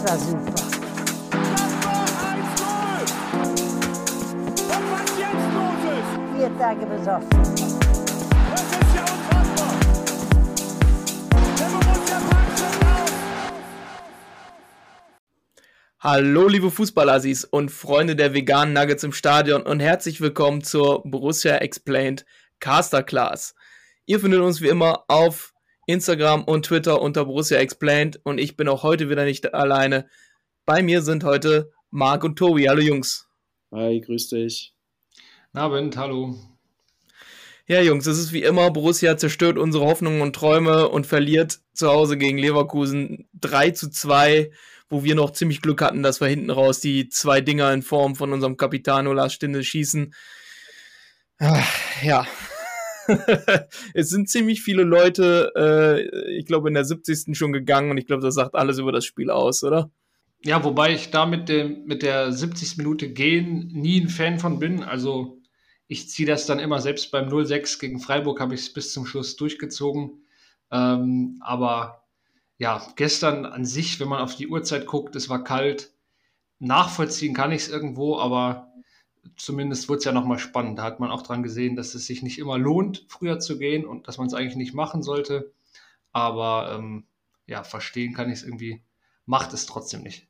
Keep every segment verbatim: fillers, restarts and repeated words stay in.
war super. Das war eins null! Und was jetzt los ist? Vier Tage besoffen. Das ist ja unfassbar! Der Borussia Park schon aus! Hallo liebe Fußballassis und Freunde der veganen Nuggets im Stadion und herzlich willkommen zur Borussia Explained Caster Class. Ihr findet uns wie immer auf Instagram und Twitter unter Borussia Explained und ich bin auch heute wieder nicht alleine. Bei mir sind heute Marc und Tobi. Hallo Jungs. Hi, grüß dich. Abend, hallo. Ja Jungs, es ist wie immer, Borussia zerstört unsere Hoffnungen und Träume und verliert zu Hause gegen Leverkusen drei zu zwei, wo wir noch ziemlich Glück hatten, dass wir hinten raus die zwei Dinger in Form von unserem Capitano Lars Stindl schießen. Ja, es sind ziemlich viele Leute, äh, ich glaube in der siebzigsten schon gegangen und ich glaube, das sagt alles über das Spiel aus, oder? Ja, wobei ich da mit, dem, mit der siebzigsten Minute gehen nie ein Fan von bin. Also ich ziehe das dann immer, selbst beim null sechs gegen Freiburg habe ich es bis zum Schluss durchgezogen. Ähm, aber ja, gestern an sich, wenn man auf die Uhrzeit guckt, es war kalt. Nachvollziehen kann ich es irgendwo, aber zumindest wurde es ja nochmal spannend. Da hat man auch dran gesehen, dass es sich nicht immer lohnt, früher zu gehen und dass man es eigentlich nicht machen sollte. Aber ähm, ja, verstehen kann ich es irgendwie, macht es trotzdem nicht.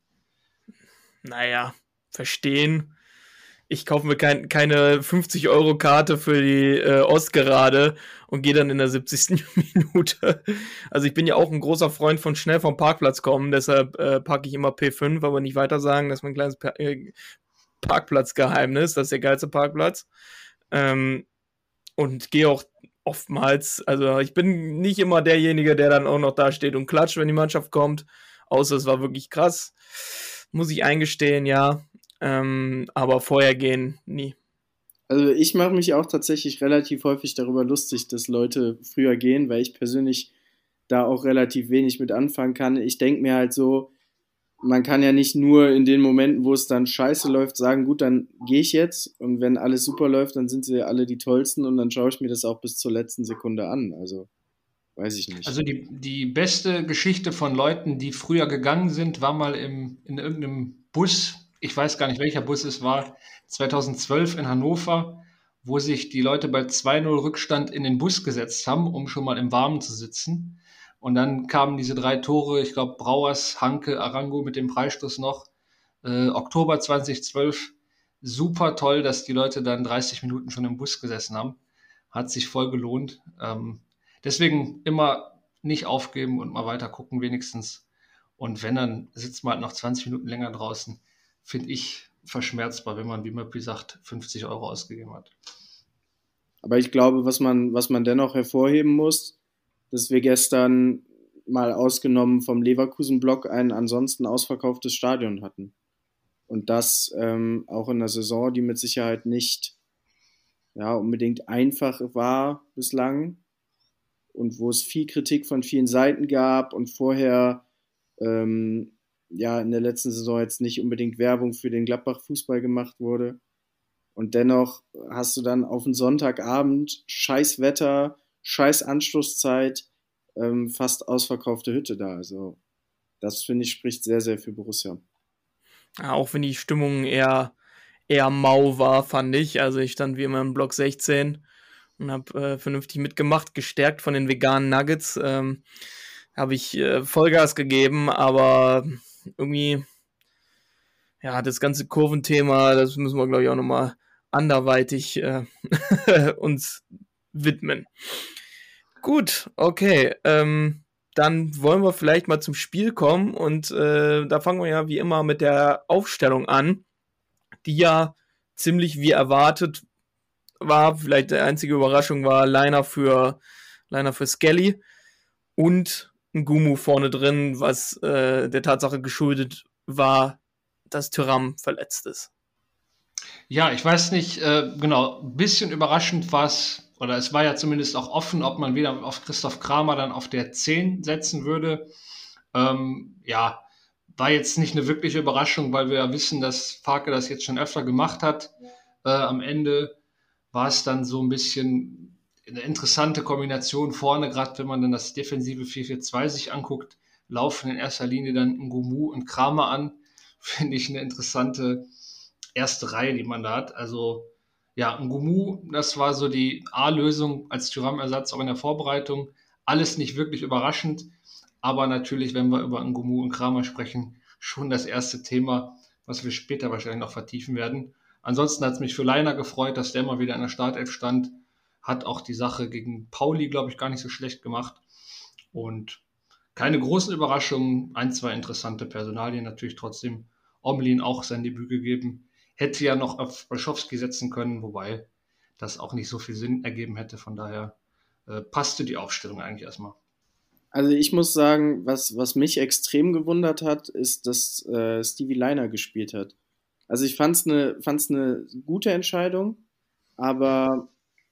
Naja, verstehen. Ich kaufe mir kein, keine fünfzig-Euro-Karte für die äh, Ostgerade und gehe dann in der siebzigsten Minute. Also ich bin ja auch ein großer Freund von schnell vom Parkplatz kommen, deshalb äh, packe ich immer P fünf, aber nicht weiter sagen, das ist mein kleines pa- äh, Parkplatzgeheimnis, das ist der geilste Parkplatz. Ähm, und gehe auch oftmals, also ich bin nicht immer derjenige, der dann auch noch da steht und klatscht, wenn die Mannschaft kommt, außer es war wirklich krass. Muss ich eingestehen, ja. Ähm, aber vorher gehen nie. Also ich mache mich auch tatsächlich relativ häufig darüber lustig, dass Leute früher gehen, weil ich persönlich da auch relativ wenig mit anfangen kann. Ich denke mir halt so, man kann ja nicht nur in den Momenten, wo es dann scheiße läuft, sagen, gut, dann gehe ich jetzt und wenn alles super läuft, dann sind sie alle die Tollsten und dann schaue ich mir das auch bis zur letzten Sekunde an. Also weiß ich nicht. Also die, die beste Geschichte von Leuten, die früher gegangen sind, war mal im, in irgendeinem Bus, ich weiß gar nicht, welcher Bus es war, zweitausendzwölf in Hannover, wo sich die Leute bei zwei null Rückstand in den Bus gesetzt haben, um schon mal im Warmen zu sitzen. Und dann kamen diese drei Tore, ich glaube Brauers, Hanke, Arango mit dem Freistoß noch. Äh, Oktober zweitausendzwölf, super toll, dass die Leute dann dreißig Minuten schon im Bus gesessen haben. Hat sich voll gelohnt. Ähm, deswegen immer nicht aufgeben und mal weiter gucken wenigstens. Und wenn, dann sitzt man halt noch zwanzig Minuten länger draußen. Finde ich verschmerzbar, wenn man, wie Möppi sagt, fünfzig Euro ausgegeben hat. Aber ich glaube, was man, was man dennoch hervorheben muss, dass wir gestern mal ausgenommen vom Leverkusen-Block ein ansonsten ausverkauftes Stadion hatten. Und das ähm, auch in einer Saison, die mit Sicherheit nicht ja, unbedingt einfach war bislang und wo es viel Kritik von vielen Seiten gab und vorher ähm, ja in der letzten Saison jetzt nicht unbedingt Werbung für den Gladbach-Fußball gemacht wurde. Und dennoch hast du dann auf den Sonntagabend scheiß Wetter, scheiß Anschlusszeit, ähm, fast ausverkaufte Hütte da. Also das, finde ich, spricht sehr, sehr für Borussia. Ja, auch wenn die Stimmung eher, eher mau war, fand ich. Also ich stand wie immer im Block sechzehn und habe äh, vernünftig mitgemacht, gestärkt von den veganen Nuggets. Ähm, habe ich äh, Vollgas gegeben, aber irgendwie, ja, das ganze Kurventhema, das müssen wir, glaube ich, auch nochmal anderweitig äh, uns widmen. Gut, okay, ähm, dann wollen wir vielleicht mal zum Spiel kommen und äh, da fangen wir ja wie immer mit der Aufstellung an, die ja ziemlich wie erwartet war. Vielleicht die einzige Überraschung war Liner für, Liner für Skelly und ein Gumu vorne drin, was äh, der Tatsache geschuldet war, dass Thuram verletzt ist. Ja, ich weiß nicht, äh, genau, ein bisschen überraschend war es, oder es war ja zumindest auch offen, ob man wieder auf Christoph Kramer dann auf der zehn setzen würde. Ähm, ja, war jetzt nicht eine wirkliche Überraschung, weil wir ja wissen, dass Farke das jetzt schon öfter gemacht hat. Äh, am Ende war es dann so ein bisschen eine interessante Kombination vorne, gerade wenn man dann das defensive vier vier zwei sich anguckt, laufen in erster Linie dann Ngumu und Kramer an. Finde ich eine interessante erste Reihe, die man da hat. Also ja, Ngumu, das war so die A-Lösung als Thuram-Ersatz auch in der Vorbereitung. Alles nicht wirklich überraschend, aber natürlich, wenn wir über Ngumu und Kramer sprechen, schon das erste Thema, was wir später wahrscheinlich noch vertiefen werden. Ansonsten hat es mich für Leiner gefreut, dass der mal wieder in der Startelf stand. Hat auch die Sache gegen Pauli, glaube ich, gar nicht so schlecht gemacht. Und keine großen Überraschungen, ein, zwei interessante Personalien natürlich trotzdem. Omlin auch sein Debüt gegeben. Hätte ja noch auf Olschowski setzen können, wobei das auch nicht so viel Sinn ergeben hätte. Von daher äh, passte die Aufstellung eigentlich erstmal. Also ich muss sagen, was, was mich extrem gewundert hat, ist, dass äh, Stevie Leiner gespielt hat. Also ich fand es eine fand's eine gute Entscheidung, aber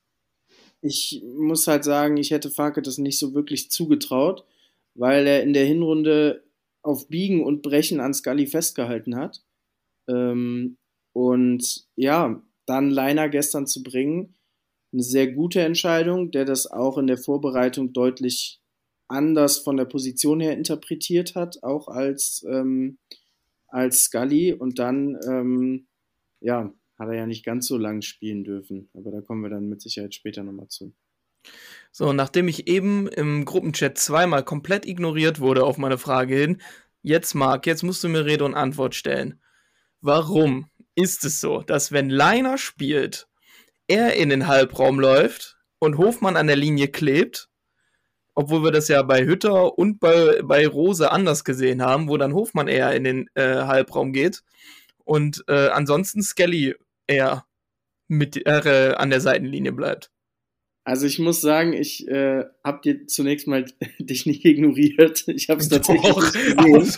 ich muss halt sagen, ich hätte Farke das nicht so wirklich zugetraut, weil er in der Hinrunde auf Biegen und Brechen an Scully festgehalten hat. Ähm, und ja, dann Leiner gestern zu bringen, eine sehr gute Entscheidung, der das auch in der Vorbereitung deutlich anders von der Position her interpretiert hat, auch als, ähm, als Scully. Und dann, ähm, ja, hat er ja nicht ganz so lang spielen dürfen. Aber da kommen wir dann mit Sicherheit später nochmal zu. So, nachdem ich eben im Gruppenchat zweimal komplett ignoriert wurde auf meine Frage hin, jetzt Marc, jetzt musst du mir Rede und Antwort stellen. Warum ist es so, dass wenn Leiner spielt, er in den Halbraum läuft und Hofmann an der Linie klebt, obwohl wir das ja bei Hütter und bei, bei Rose anders gesehen haben, wo dann Hofmann eher in den äh, Halbraum geht und äh, ansonsten Skelly eher mit, äh, an der Seitenlinie bleibt. Also ich muss sagen, ich äh, habe dir zunächst mal dich nicht ignoriert. Ich habe es tatsächlich Doch, gesehen.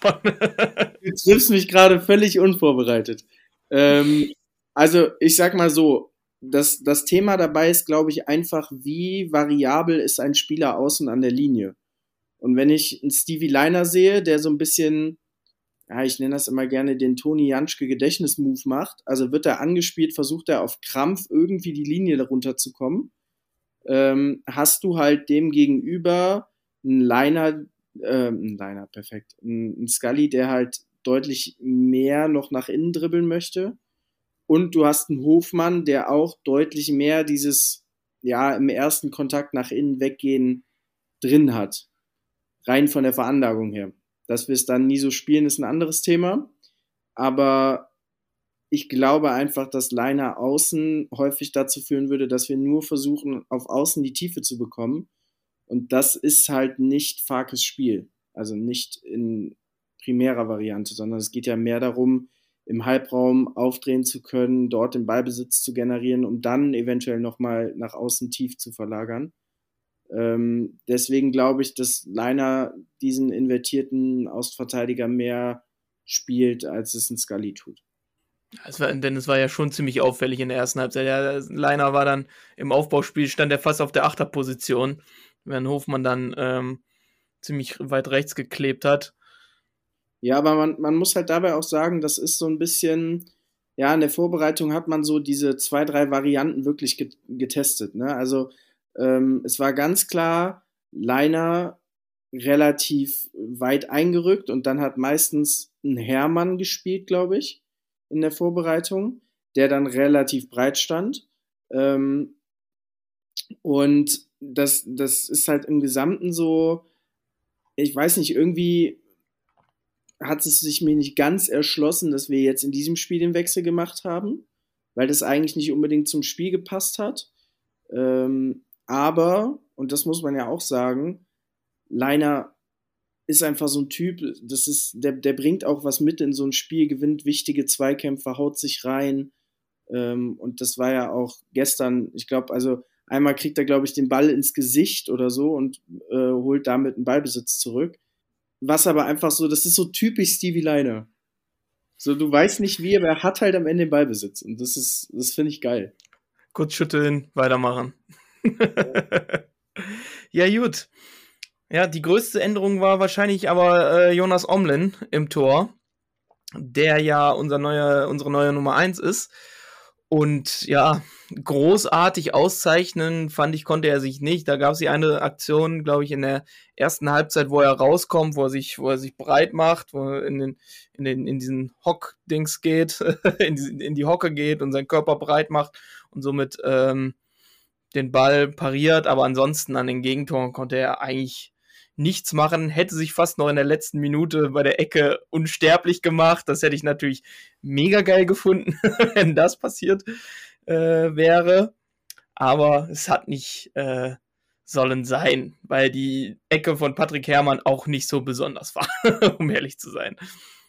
Du triffst mich gerade völlig unvorbereitet. Ähm, also ich sag mal so, das, das Thema dabei ist, glaube ich, einfach, wie variabel ist ein Spieler außen an der Linie. Und wenn ich einen Stevie Leiner sehe, der so ein bisschen, ja, ich nenne das immer gerne den Toni Janschke Gedächtnismove macht, also wird er angespielt, versucht er auf Krampf irgendwie die Linie darunter zu kommen, ähm, hast du halt dem gegenüber einen Leiner, äh, einen Leiner, perfekt, einen Scully, der halt deutlich mehr noch nach innen dribbeln möchte. Und du hast einen Hofmann, der auch deutlich mehr dieses, ja, im ersten Kontakt nach innen weggehen drin hat. Rein von der Veranlagung her. Dass wir es dann nie so spielen, ist ein anderes Thema. Aber ich glaube einfach, dass Leiner außen häufig dazu führen würde, dass wir nur versuchen, auf Außen die Tiefe zu bekommen. Und das ist halt nicht Farkes Spiel. Also nicht in primärer Variante, sondern es geht ja mehr darum, im Halbraum aufdrehen zu können, dort den Ballbesitz zu generieren, um dann eventuell nochmal nach außen tief zu verlagern. Ähm, deswegen glaube ich, dass Leiner diesen invertierten Außenverteidiger mehr spielt, als es ein Scully tut. Es war, denn es war ja schon ziemlich auffällig in der ersten Halbzeit. Der Leiner war dann im Aufbauspiel, stand er fast auf der Achterposition, während Hofmann dann ähm, ziemlich weit rechts geklebt hat. Ja, aber man, man muss halt dabei auch sagen, das ist so ein bisschen, ja, in der Vorbereitung hat man so diese zwei, drei Varianten wirklich getestet, ne? Also ähm, es war ganz klar, Leiner relativ weit eingerückt und dann hat meistens ein Hermann gespielt, glaube ich, in der Vorbereitung, der dann relativ breit stand. Ähm, und das, das ist halt im Gesamten so, ich weiß nicht, irgendwie hat es sich mir nicht ganz erschlossen, dass wir jetzt in diesem Spiel den Wechsel gemacht haben, weil das eigentlich nicht unbedingt zum Spiel gepasst hat. Ähm, aber, und das muss man ja auch sagen, Leiner ist einfach so ein Typ, das ist, der, der bringt auch was mit in so ein Spiel, gewinnt wichtige Zweikämpfe, haut sich rein. Ähm, und das war ja auch gestern, ich glaube, also einmal kriegt er, glaube ich, den Ball ins Gesicht oder so und äh, holt damit einen Ballbesitz zurück. Was aber einfach so, das ist so typisch Stevie Leiner. So, du weißt nicht wie, aber er hat halt am Ende den Ballbesitz. Und das ist, das finde ich geil. Kurz schütteln, weitermachen. Ja, gut. Ja, die größte Änderung war wahrscheinlich aber äh, Jonas Omlin im Tor, der ja unser neuer, unsere neue Nummer eins ist. Und ja, großartig auszeichnen, fand ich, konnte er sich nicht. Da gab es die eine Aktion, glaube ich, in der ersten Halbzeit, wo er rauskommt, wo er sich, wo er sich breit macht, wo er in den, in den, in diesen Hock-Dings geht, in die, in die Hocke geht und seinen Körper breit macht und somit ähm, den Ball pariert. Aber ansonsten an den Gegentoren konnte er eigentlich nichts machen, hätte sich fast noch in der letzten Minute bei der Ecke unsterblich gemacht. Das hätte ich natürlich mega geil gefunden, wenn das passiert äh, wäre. Aber es hat nicht äh, sollen sein, weil die Ecke von Patrick Herrmann auch nicht so besonders war, um ehrlich zu sein.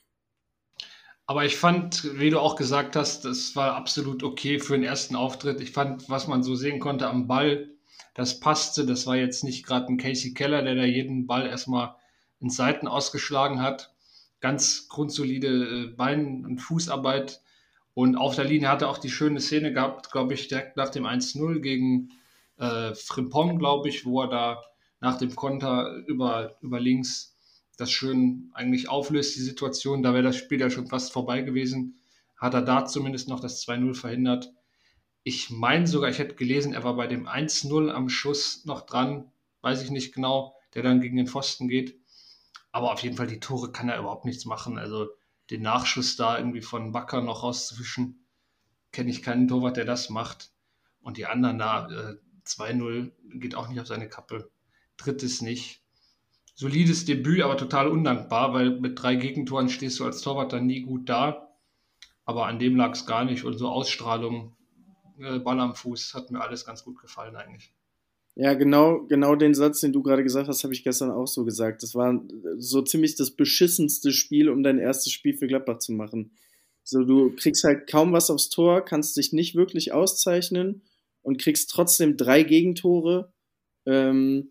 Aber ich fand, wie du auch gesagt hast, das war absolut okay für den ersten Auftritt. Ich fand, was man so sehen konnte am Ball, das passte. Das war jetzt nicht gerade ein Casey Keller, der da jeden Ball erstmal in Seiten ausgeschlagen hat. Ganz grundsolide Bein- und Fußarbeit. Und auf der Linie hat er auch die schöne Szene gehabt, glaube ich, direkt nach dem eins null gegen äh, Frimpong, glaube ich, wo er da nach dem Konter über, über links das schön eigentlich auflöst, die Situation. Da wäre das Spiel ja schon fast vorbei gewesen. Hat er da zumindest noch das zwei null verhindert. Ich meine sogar, ich hätte gelesen, er war bei dem eins null am Schuss noch dran, weiß ich nicht genau, der dann gegen den Pfosten geht. Aber auf jeden Fall, die Tore kann er überhaupt nichts machen. Also den Nachschuss da irgendwie von Bakker noch rauszufischen, kenne ich keinen Torwart, der das macht. Und die anderen da, äh, zwei null, geht auch nicht auf seine Kappe. Drittes nicht. Solides Debüt, aber total undankbar, weil mit drei Gegentoren stehst du als Torwart dann nie gut da. Aber an dem lag es gar nicht. Und so Ausstrahlung, Ball am Fuß, hat mir alles ganz gut gefallen eigentlich. Ja, genau, genau den Satz, den du gerade gesagt hast, habe ich gestern auch so gesagt. Das war so ziemlich das beschissenste Spiel, um dein erstes Spiel für Gladbach zu machen. So, du kriegst halt kaum was aufs Tor, kannst dich nicht wirklich auszeichnen und kriegst trotzdem drei Gegentore. Ähm,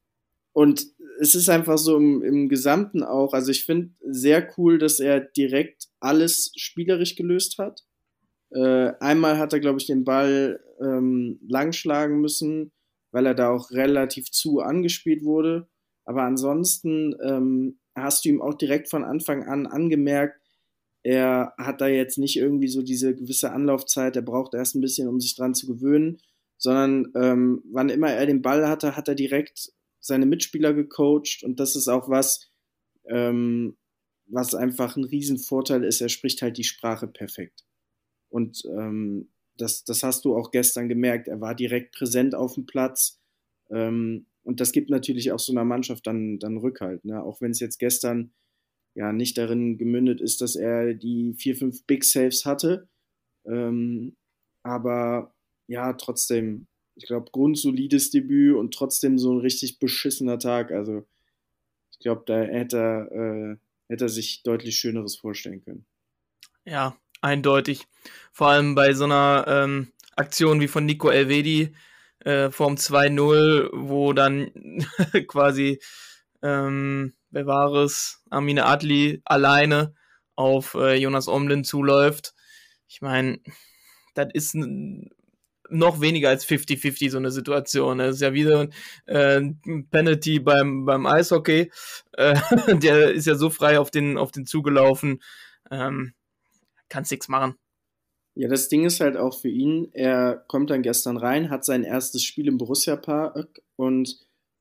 und es ist einfach so im, im Gesamten auch, also ich finde sehr cool, dass er direkt alles spielerisch gelöst hat. Äh, einmal hat er, glaube ich, den Ball ähm, langschlagen müssen, weil er da auch relativ zu angespielt wurde. Aber ansonsten ähm, hast du ihm auch direkt von Anfang an angemerkt, er hat da jetzt nicht irgendwie so diese gewisse Anlaufzeit, er braucht erst ein bisschen, um sich dran zu gewöhnen, sondern ähm, wann immer er den Ball hatte, hat er direkt seine Mitspieler gecoacht und das ist auch was, ähm, was einfach ein Riesenvorteil ist, er spricht halt die Sprache perfekt. Und ähm, das, das hast du auch gestern gemerkt. Er war direkt präsent auf dem Platz. Ähm, und das gibt natürlich auch so einer Mannschaft dann, dann Rückhalt. Ne? Auch wenn es jetzt gestern ja nicht darin gemündet ist, dass er die vier, fünf Big Saves hatte. Ähm, aber ja, trotzdem, ich glaube, grundsolides Debüt und trotzdem so ein richtig beschissener Tag. Also ich glaube, da hätte er, äh, hätte er sich deutlich Schöneres vorstellen können. Ja, eindeutig. Vor allem bei so einer ähm, Aktion wie von Nico Elvedi äh, vorm zwei null, wo dann quasi, ähm, wer war es, Amine Adli alleine auf äh, Jonas Omlin zuläuft. Ich meine, das ist n- noch weniger als fünfzig fünfzig so eine Situation. Das ist ja wieder äh, ein Penalty beim, beim Eishockey. Äh, der ist ja so frei auf den, auf den zugelaufen. Ähm, kannst nichts machen. Ja, das Ding ist halt auch für ihn, er kommt dann gestern rein, hat sein erstes Spiel im Borussia-Park und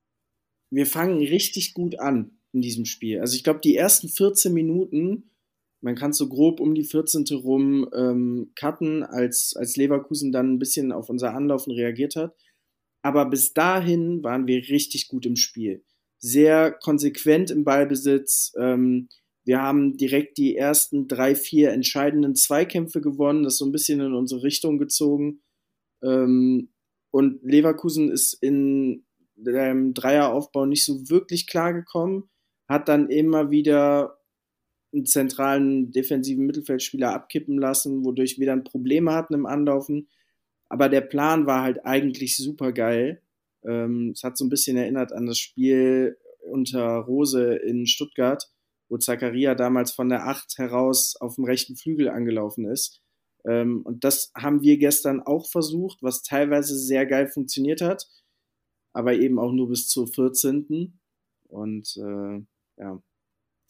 wir fangen richtig gut an in diesem Spiel. Also ich glaube, die ersten vierzehn Minuten, man kann so grob um die vierzehnte rum ähm, cutten, als, als Leverkusen dann ein bisschen auf unser Anlaufen reagiert hat. Aber bis dahin waren wir richtig gut im Spiel. Sehr konsequent im Ballbesitz. Ähm, wir haben direkt die ersten drei, vier entscheidenden Zweikämpfe gewonnen, das so ein bisschen in unsere Richtung gezogen. Ähm, und Leverkusen ist in dem Dreieraufbau nicht so wirklich klargekommen, hat dann immer wieder einen zentralen defensiven Mittelfeldspieler abkippen lassen, wodurch wir dann Probleme hatten im Anlaufen. Aber der Plan war halt eigentlich super geil. Ähm, es hat so ein bisschen erinnert an das Spiel unter Rose in Stuttgart, wo Zakaria damals von der acht heraus auf dem rechten Flügel angelaufen ist. Ähm, und das haben wir gestern auch versucht, was teilweise sehr geil funktioniert hat, aber eben auch nur bis zur vierzehnten. Und äh, ja,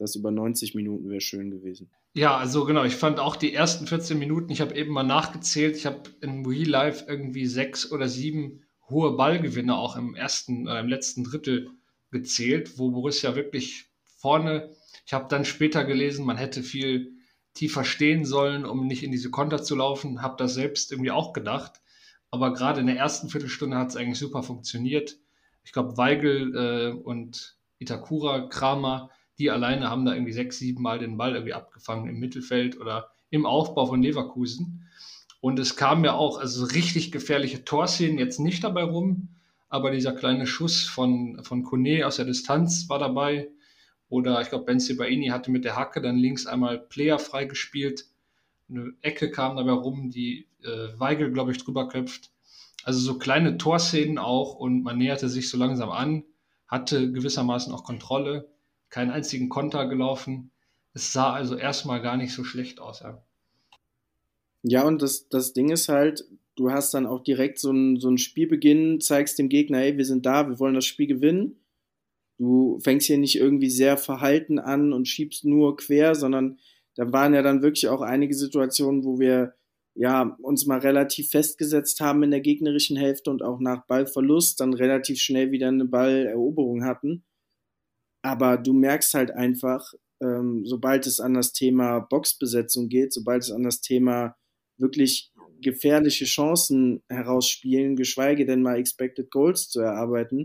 das über neunzig Minuten wäre schön gewesen. Ja, also genau, ich fand auch die ersten vierzehn Minuten, ich habe eben mal nachgezählt, ich habe in Real Life irgendwie sechs oder sieben hohe Ballgewinne auch im ersten oder im letzten Drittel gezählt, wo Borussia wirklich vorne, ich habe dann später gelesen, man hätte viel tiefer stehen sollen, um nicht in diese Konter zu laufen, habe das selbst irgendwie auch gedacht, aber gerade in der ersten Viertelstunde hat es eigentlich super funktioniert. Ich glaube, Weigl äh, und Itakura, Kramer, die alleine haben da irgendwie sechs, sieben Mal den Ball irgendwie abgefangen im Mittelfeld oder im Aufbau von Leverkusen. Und es kam ja auch, also so richtig gefährliche Torszenen jetzt nicht dabei rum, aber dieser kleine Schuss von, von Kone aus der Distanz war dabei. Oder ich glaube, Bensebaini hatte mit der Hacke dann links einmal Player freigespielt. Eine Ecke kam dabei rum, die äh, Weigl, glaube ich, drüber köpft. Also so kleine Torszenen auch und man näherte sich so langsam an, hatte gewissermaßen auch Kontrolle, keinen einzigen Konter gelaufen. Es sah also erstmal gar nicht so schlecht aus. Ja, Ja, und das, das Ding ist halt, du hast dann auch direkt so einen so einen Spielbeginn, zeigst dem Gegner, hey, wir sind da, wir wollen das Spiel gewinnen. Du fängst hier nicht irgendwie sehr verhalten an und schiebst nur quer, sondern da waren ja dann wirklich auch einige Situationen, wo wir ja uns mal relativ festgesetzt haben in der gegnerischen Hälfte und auch nach Ballverlust dann relativ schnell wieder eine Balleroberung hatten. Aber du merkst halt einfach, ähm, sobald es an das Thema Boxbesetzung geht, sobald es an das Thema wirklich gefährliche Chancen herausspielen, geschweige denn mal Expected Goals zu erarbeiten,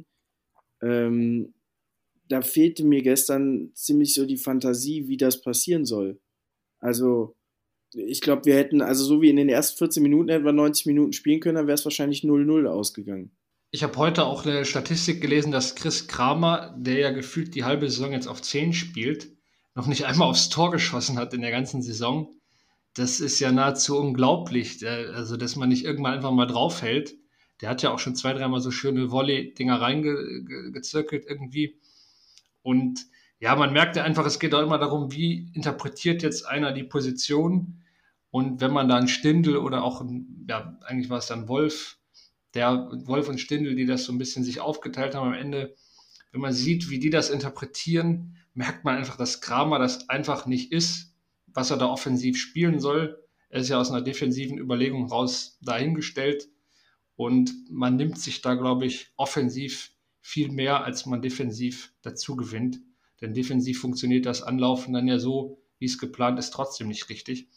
ähm, da fehlte mir gestern ziemlich so die Fantasie, wie das passieren soll. Also, ich glaube, wir hätten, also so wie in den ersten vierzehn Minuten hätten wir neunzig Minuten spielen können, dann wäre es wahrscheinlich null null ausgegangen. ich habe heute auch eine Statistik gelesen, dass Chris Kramer, der ja gefühlt die halbe Saison jetzt auf zehn spielt, noch nicht einmal aufs Tor geschossen hat in der ganzen Saison. Das ist ja nahezu unglaublich, der- also dass man nicht irgendwann einfach mal draufhält. Der hat ja auch schon zwei, dreimal so schöne Volley-Dinger reingezirkelt irgendwie. Und ja, man merkt ja einfach, es geht auch immer darum, wie interpretiert jetzt einer die Position. Und wenn man da einen Stindl oder auch, ein, ja, eigentlich war es dann Wolf, der Wolf und Stindl, die das so ein bisschen sich aufgeteilt haben am Ende, wenn man sieht, wie die das interpretieren, merkt man einfach, dass Kramer das einfach nicht ist, was er da offensiv spielen soll. Er ist ja aus einer defensiven Überlegung raus dahingestellt und man nimmt sich da, glaube ich, offensiv viel mehr, als man defensiv dazu gewinnt. Denn defensiv funktioniert das Anlaufen dann ja so, wie es geplant ist, trotzdem nicht richtig.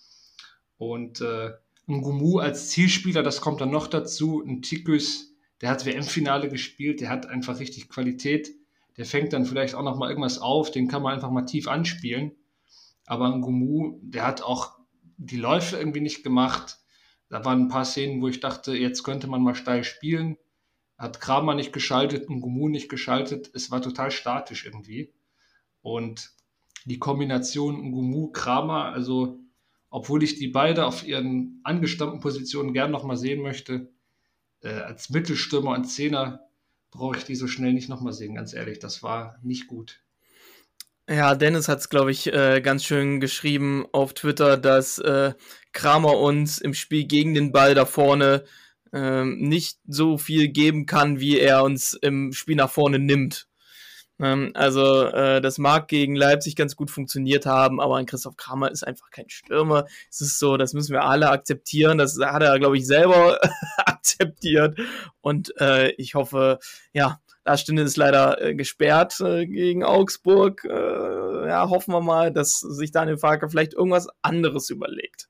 Und äh, ein Gumu als Zielspieler, das kommt dann noch dazu. Ein Tikus, der hat W M-Finale gespielt, der hat einfach richtig Qualität. Der fängt dann vielleicht auch noch mal irgendwas auf, den kann man einfach mal tief anspielen. Aber ein Gumu, der hat auch die Läufe irgendwie nicht gemacht. Da waren ein paar Szenen, wo ich dachte, jetzt könnte man mal steil spielen. Hat Kramer nicht geschaltet, ein Gumu nicht geschaltet. Es war total statisch irgendwie. Und die Kombination Ngumu-Kramer, also obwohl ich die beide auf ihren angestammten Positionen gern nochmal sehen möchte, äh, als Mittelstürmer und Zehner brauche ich die so schnell nicht nochmal sehen, ganz ehrlich. Das war nicht gut. Ja, Dennis hat es, glaube ich, äh, ganz schön geschrieben auf Twitter, dass äh, Kramer uns im Spiel gegen den Ball da vorne ähm, nicht so viel geben kann, wie er uns im Spiel nach vorne nimmt. Ähm, also äh, das mag gegen Leipzig ganz gut funktioniert haben, aber ein Christoph Kramer ist einfach kein Stürmer. Es ist so, das müssen wir alle akzeptieren. Das hat er, glaube ich, selber akzeptiert. Und äh, ich hoffe, ja, da Stinde ist leider äh, gesperrt äh, gegen Augsburg. Äh, ja, hoffen wir mal, dass sich Daniel Farke vielleicht irgendwas anderes überlegt.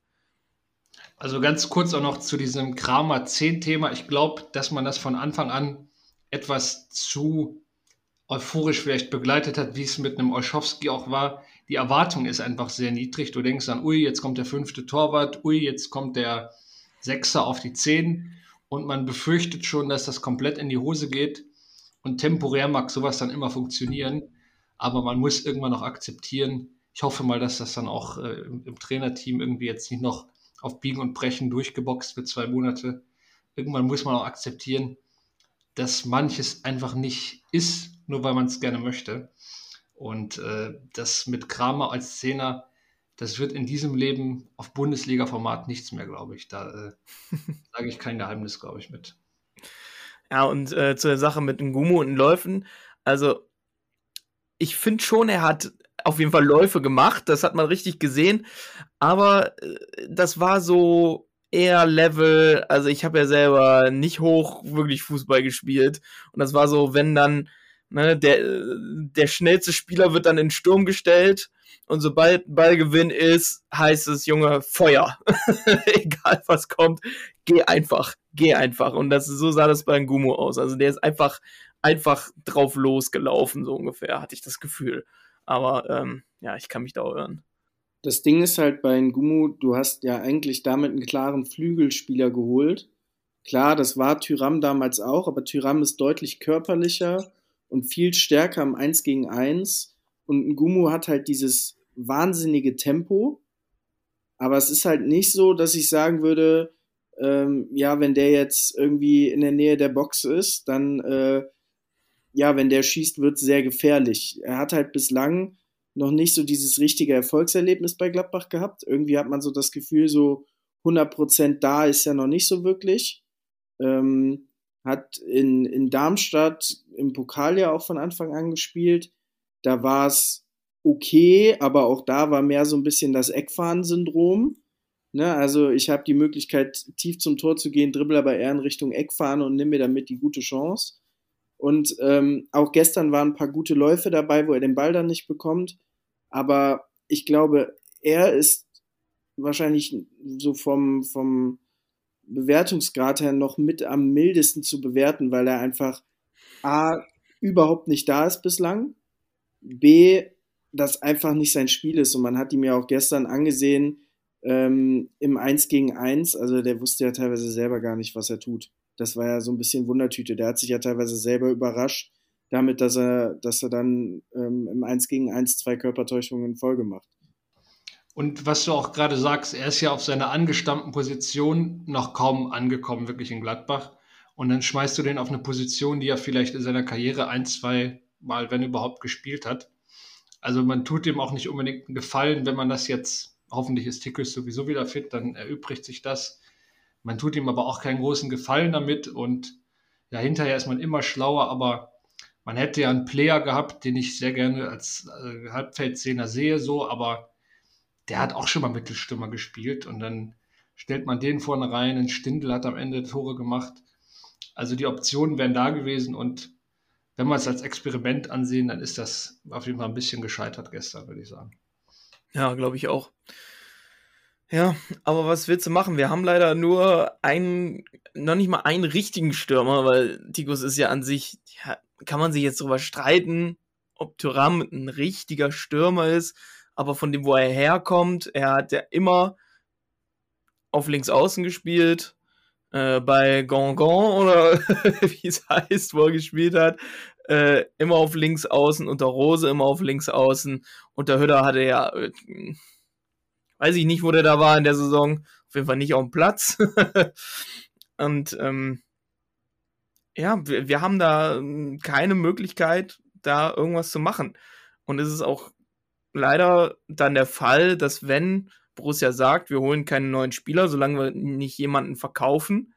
Also ganz kurz auch noch zu diesem Kramer zehn Thema. Ich glaube, dass man das von Anfang an etwas zu euphorisch vielleicht begleitet hat, wie es mit einem Olschowski auch war. Die Erwartung ist einfach sehr niedrig. Du denkst dann, ui, jetzt kommt der fünfte Torwart, ui, jetzt kommt der Sechser auf die zehn und man befürchtet schon, dass das komplett in die Hose geht und temporär mag sowas dann immer funktionieren, aber man muss irgendwann noch akzeptieren. Ich hoffe mal, dass das dann auch äh, im, im Trainerteam irgendwie jetzt nicht noch auf Biegen und Brechen durchgeboxt wird, zwei Monate. Irgendwann muss man auch akzeptieren, dass manches einfach nicht ist, nur weil man es gerne möchte. Und äh, das mit Kramer als Zehner, das wird in diesem Leben auf Bundesliga-Format nichts mehr, glaube ich. Da äh, sage ich kein Geheimnis, glaube ich, mit. Ja, und äh, zur Sache mit Ngumu und den Läufen. Also, ich finde schon, er hat auf jeden Fall Läufe gemacht, das hat man richtig gesehen, aber äh, das war so eher Level, also ich habe ja selber nicht hoch wirklich Fußball gespielt und das war so, wenn dann, ne, der, der schnellste Spieler wird dann in den Sturm gestellt und sobald Ballgewinn ist, heißt es, Junge, Feuer. Egal was kommt, geh einfach, geh einfach. Und das, so sah das bei Ngumu aus. Also der ist einfach, einfach drauf losgelaufen, so ungefähr, hatte ich das Gefühl. Aber ähm, ja, ich kann mich da auch irren. Das Ding ist halt bei Ngumu, du hast ja eigentlich damit einen klaren Flügelspieler geholt. Klar, das war Thuram damals auch, aber Thuram ist deutlich körperlicher und viel stärker im Eins gegen Eins. Und Ngumu hat halt dieses wahnsinnige Tempo. Aber es ist halt nicht so, dass ich sagen würde, ähm, ja, wenn der jetzt irgendwie in der Nähe der Box ist, dann, äh, ja, wenn der schießt, wird es sehr gefährlich. Er hat halt bislang noch nicht so dieses richtige Erfolgserlebnis bei Gladbach gehabt. Irgendwie hat man so das Gefühl, so hundert Prozent da ist er noch nicht so wirklich. Ähm, hat in, in Darmstadt im Pokal ja auch von Anfang an gespielt. Da war es okay, aber auch da war mehr so ein bisschen das Eckfahren-Syndrom. Ne? Also ich habe die Möglichkeit, tief zum Tor zu gehen, dribbel aber eher in Richtung Eckfahren und nimm mir damit die gute Chance. Und ähm, auch gestern waren ein paar gute Läufe dabei, wo er den Ball dann nicht bekommt. Aber ich glaube, er ist wahrscheinlich so vom, vom Bewertungsgrad her noch mit am mildesten zu bewerten, weil er einfach A, überhaupt nicht da ist bislang, B, das einfach nicht sein Spiel ist. Und man hat ihm ja auch gestern angesehen, ähm, im Eins gegen Eins, also der wusste ja teilweise selber gar nicht, was er tut. Das war ja so ein bisschen Wundertüte. Der hat sich ja teilweise selber überrascht, damit, dass er, dass er dann ähm, im Eins gegen Eins zwei Körpertäuschungen in Folge macht. Und was du auch gerade sagst, er ist ja auf seiner angestammten Position noch kaum angekommen, wirklich in Gladbach. Und dann schmeißt du den auf eine Position, die er vielleicht in seiner Karriere ein, zwei Mal, wenn überhaupt, gespielt hat. Also man tut ihm auch nicht unbedingt einen Gefallen, wenn man das jetzt, hoffentlich ist Tikus sowieso wieder fit, dann erübrigt sich das. Man tut ihm aber auch keinen großen Gefallen damit und ja, hinterher ist man immer schlauer, aber man hätte ja einen Player gehabt, den ich sehr gerne als äh, Halbfeldzehner sehe, so, aber der hat auch schon mal Mittelstürmer gespielt und dann stellt man den vorne rein, ein Stindl hat am Ende Tore gemacht. Also die Optionen wären da gewesen und wenn wir es als Experiment ansehen, dann ist das auf jeden Fall ein bisschen gescheitert gestern, würde ich sagen. Ja, glaube ich auch. Ja, aber was willst du machen? Wir haben leider nur einen, noch nicht mal einen richtigen Stürmer, weil Tikus ist ja an sich, ja, kann man sich jetzt drüber streiten, ob Thuram ein richtiger Stürmer ist, aber von dem, wo er herkommt, er hat ja immer auf links außen gespielt, äh, bei Gangan oder wie es heißt, wo er gespielt hat, äh, immer auf links außen, unter Rose immer auf links außen, unter Hütter hatte er ja, äh, weiß ich nicht, wo der da war in der Saison, auf jeden Fall nicht auf dem Platz. Und ähm, ja, wir, wir haben da ähm, keine Möglichkeit, da irgendwas zu machen. Und es ist auch leider dann der Fall, dass wenn Borussia sagt, wir holen keine neuen Spieler, solange wir nicht jemanden verkaufen,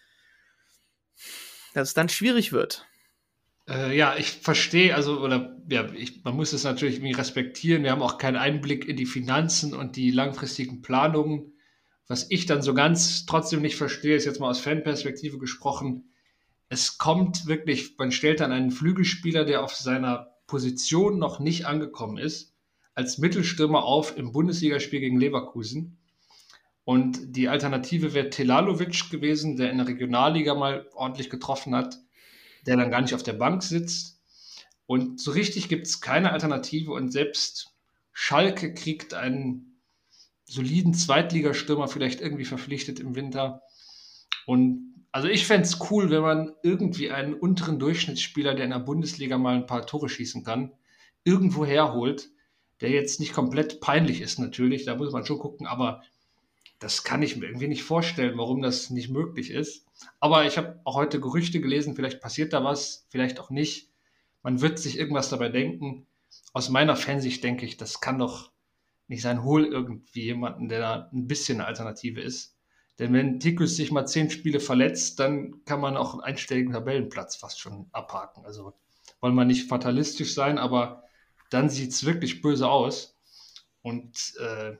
dass es dann schwierig wird. Äh, ja, ich verstehe, also, oder ja, ich, man muss es natürlich irgendwie respektieren. Wir haben auch keinen Einblick in die Finanzen und die langfristigen Planungen. Was ich dann so ganz trotzdem nicht verstehe, ist jetzt mal aus Fanperspektive gesprochen, es kommt wirklich, man stellt dann einen Flügelspieler, der auf seiner Position noch nicht angekommen ist, als Mittelstürmer auf im Bundesligaspiel gegen Leverkusen. Und die Alternative wäre Telalovic gewesen, der in der Regionalliga mal ordentlich getroffen hat, der dann gar nicht auf der Bank sitzt. Und so richtig gibt es keine Alternative. Und selbst Schalke kriegt einen soliden Zweitligastürmer vielleicht irgendwie verpflichtet im Winter. Und also ich fände es cool, wenn man irgendwie einen unteren Durchschnittsspieler, der in der Bundesliga mal ein paar Tore schießen kann, irgendwo herholt, der jetzt nicht komplett peinlich ist natürlich, da muss man schon gucken, aber das kann ich mir irgendwie nicht vorstellen, warum das nicht möglich ist. Aber ich habe auch heute Gerüchte gelesen, vielleicht passiert da was, vielleicht auch nicht. Man wird sich irgendwas dabei denken. Aus meiner Fansicht denke ich, das kann doch nicht sein, hol irgendwie jemanden, der da ein bisschen eine Alternative ist. Denn wenn Tikus sich mal zehn Spiele verletzt, dann kann man auch einen einstelligen Tabellenplatz fast schon abhaken. Also wollen wir nicht fatalistisch sein, aber dann sieht es wirklich böse aus. Und äh,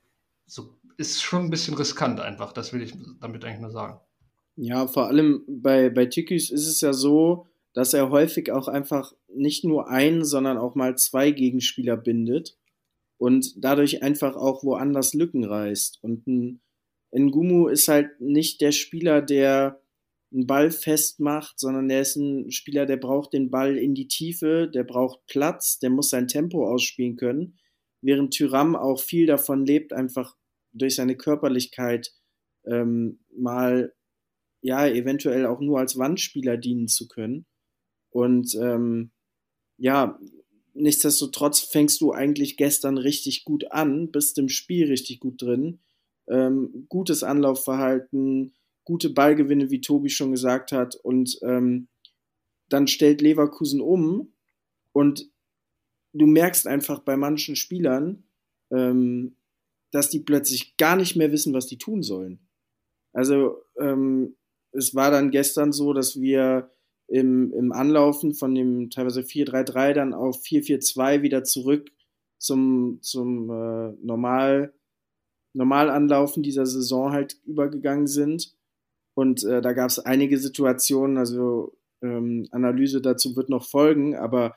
so ist schon ein bisschen riskant einfach, das will ich damit eigentlich nur sagen. Ja, vor allem bei, bei Tiküs ist es ja so, dass er häufig auch einfach nicht nur einen, sondern auch mal zwei Gegenspieler bindet und dadurch einfach auch woanders Lücken reißt. Und ein N'Gumu ist halt nicht der Spieler, der einen Ball festmacht, sondern der ist ein Spieler, der braucht den Ball in die Tiefe, der braucht Platz, der muss sein Tempo ausspielen können, während Thuram auch viel davon lebt, einfach durch seine Körperlichkeit ähm, mal, ja, eventuell auch nur als Wandspieler dienen zu können. Und ähm, ja, nichtsdestotrotz fängst du eigentlich gestern richtig gut an, bist im Spiel richtig gut drin. Ähm, gutes Anlaufverhalten, gute Ballgewinne, wie Tobi schon gesagt hat. Und ähm, dann stellt Leverkusen um und du merkst einfach bei manchen Spielern, ähm, dass die plötzlich gar nicht mehr wissen, was die tun sollen. Also ähm, es war dann gestern so, dass wir im, im Anlaufen von dem teilweise vier drei drei dann auf vier vier zwei wieder zurück zum, zum äh, Normal, Normalanlaufen dieser Saison halt übergegangen sind. Und äh, da gab es einige Situationen, also ähm, Analyse dazu wird noch folgen, aber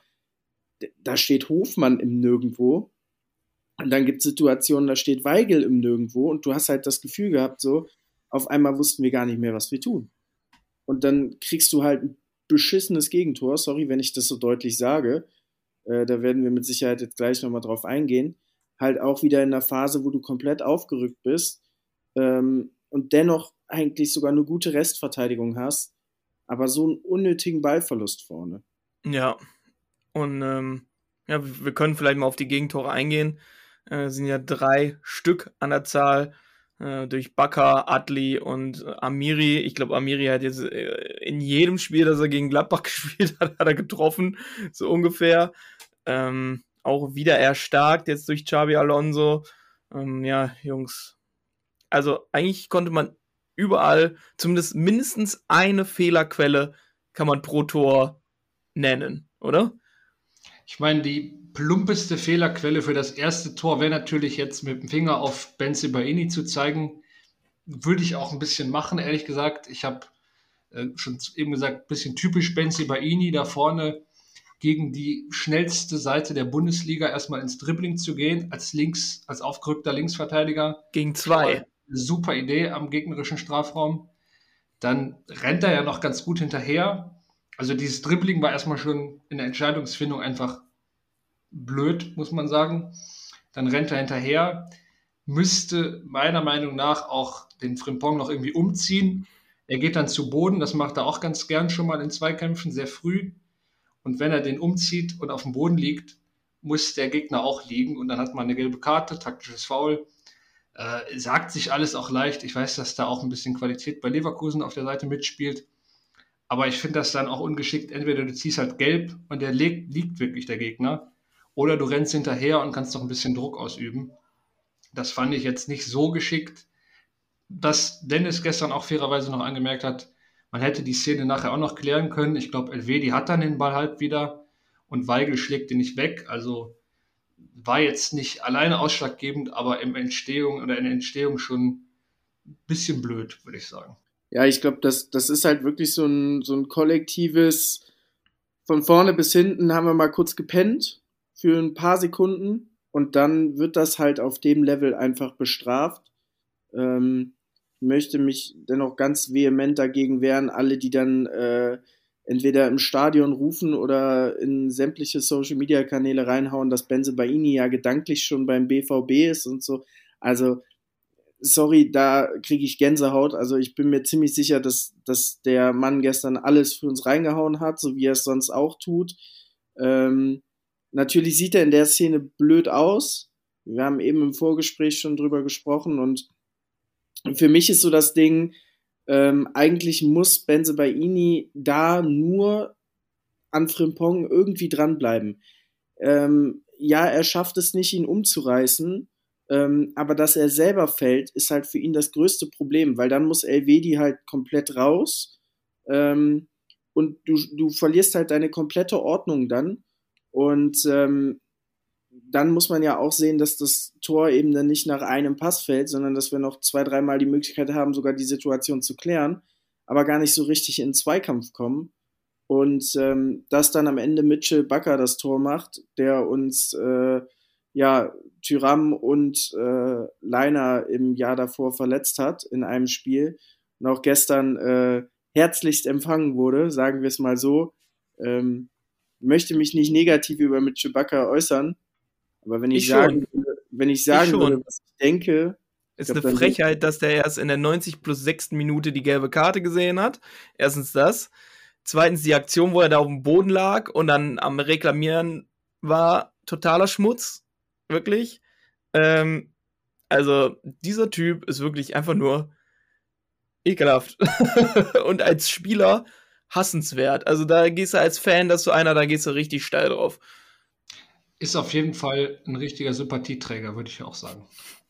d- da steht Hofmann im Nirgendwo. Und dann gibt es Situationen, da steht Weigel im Nirgendwo und du hast halt das Gefühl gehabt, so, auf einmal wussten wir gar nicht mehr, was wir tun. Und dann kriegst du halt ein beschissenes Gegentor, sorry, wenn ich das so deutlich sage, äh, da werden wir mit Sicherheit jetzt gleich nochmal drauf eingehen, halt auch wieder in einer Phase, wo du komplett aufgerückt bist ähm, und dennoch eigentlich sogar eine gute Restverteidigung hast, aber so einen unnötigen Ballverlust vorne. Ja, und ähm, ja, wir können vielleicht mal auf die Gegentore eingehen. Äh, sind ja drei Stück an der Zahl äh, durch Bakker, Adli und äh, Amiri. Ich glaube, Amiri hat jetzt äh, in jedem Spiel, das er gegen Gladbach gespielt hat, hat er getroffen, so ungefähr. Ähm, auch wieder erstarkt jetzt durch Xabi Alonso. Ähm, ja, Jungs. Also eigentlich konnte man überall zumindest mindestens eine Fehlerquelle kann man pro Tor nennen, oder? Ich meine, die plumpeste Fehlerquelle für das erste Tor wäre natürlich jetzt mit dem Finger auf Bensebaini zu zeigen. Würde ich auch ein bisschen machen, ehrlich gesagt. Ich habe äh, schon eben gesagt, ein bisschen typisch Bensebaini, da vorne gegen die schnellste Seite der Bundesliga erstmal ins Dribbling zu gehen, als links, als aufgerückter Linksverteidiger. Gegen zwei. Super Idee am gegnerischen Strafraum. Dann rennt er ja noch ganz gut hinterher. Also dieses Dribbling war erstmal schon in der Entscheidungsfindung einfach blöd, muss man sagen. Dann rennt er hinterher, müsste meiner Meinung nach auch den Frimpong noch irgendwie umziehen. Er geht dann zu Boden, das macht er auch ganz gern schon mal in Zweikämpfen, sehr früh. Und wenn er den umzieht und auf dem Boden liegt, muss der Gegner auch liegen und dann hat man eine gelbe Karte, taktisches Foul. Äh, sagt sich alles auch leicht. Ich weiß, dass da auch ein bisschen Qualität bei Leverkusen auf der Seite mitspielt. Aber ich finde das dann auch ungeschickt. Entweder du ziehst halt gelb und der liegt, liegt wirklich der Gegner. Oder du rennst hinterher und kannst noch ein bisschen Druck ausüben. Das fand ich jetzt nicht so geschickt. Was Dennis gestern auch fairerweise noch angemerkt hat, man hätte die Szene nachher auch noch klären können. Ich glaube, Elvedi hat dann den Ball halb wieder und Weigel schlägt ihn nicht weg. Also war jetzt nicht alleine ausschlaggebend, aber im Entstehung oder in der Entstehung schon ein bisschen blöd, würde ich sagen. Ja, ich glaube, das, das ist halt wirklich so ein, so ein kollektives, von vorne bis hinten haben wir mal kurz gepennt für ein paar Sekunden und dann wird das halt auf dem Level einfach bestraft. Ähm, ich möchte mich dennoch ganz vehement dagegen wehren, alle, die dann äh, entweder im Stadion rufen oder in sämtliche Social-Media-Kanäle reinhauen, dass Bensebaini ja gedanklich schon beim B V B ist und so. Also, sorry, da kriege ich Gänsehaut. Also ich bin mir ziemlich sicher, dass, dass der Mann gestern alles für uns reingehauen hat, so wie er es sonst auch tut. Ähm, natürlich sieht er in der Szene blöd aus. Wir haben eben im Vorgespräch schon drüber gesprochen und für mich ist so das Ding, ähm, eigentlich muss Bensebaini da nur an Frimpong irgendwie dranbleiben. Ähm, ja, er schafft es nicht, ihn umzureißen, ähm, aber dass er selber fällt, ist halt für ihn das größte Problem, weil dann muss Elvedi halt komplett raus ähm, und du, du verlierst halt deine komplette Ordnung dann und ähm, dann muss man ja auch sehen, dass das Tor eben dann nicht nach einem Pass fällt, sondern dass wir noch zwei, dreimal die Möglichkeit haben, sogar die Situation zu klären, aber gar nicht so richtig in den Zweikampf kommen. Und ähm, dass dann am Ende Mitchell Bakker das Tor macht, der uns äh, ja Thuram und äh, Leiner im Jahr davor verletzt hat in einem Spiel und auch gestern äh, herzlichst empfangen wurde, sagen wir es mal so. Ähm, möchte mich nicht negativ über Mitchell Bakker äußern, aber wenn ich, Ich sagen, schon. würde, wenn ich sagen Ich schon. würde, was ich denke, Ist Ich glaub, eine dann- Frechheit, dass der erst in der neunzig plus sechsten Minute die gelbe Karte gesehen hat. Erstens das. Zweitens die Aktion, wo er da auf dem Boden lag und dann am Reklamieren war, totaler Schmutz. Wirklich. Ähm, also, dieser Typ ist wirklich einfach nur ekelhaft. Und als Spieler hassenswert. Also, da gehst du als Fan, dass du einer, da gehst du richtig steil drauf. Ist auf jeden Fall ein richtiger Sympathieträger, würde ich auch sagen.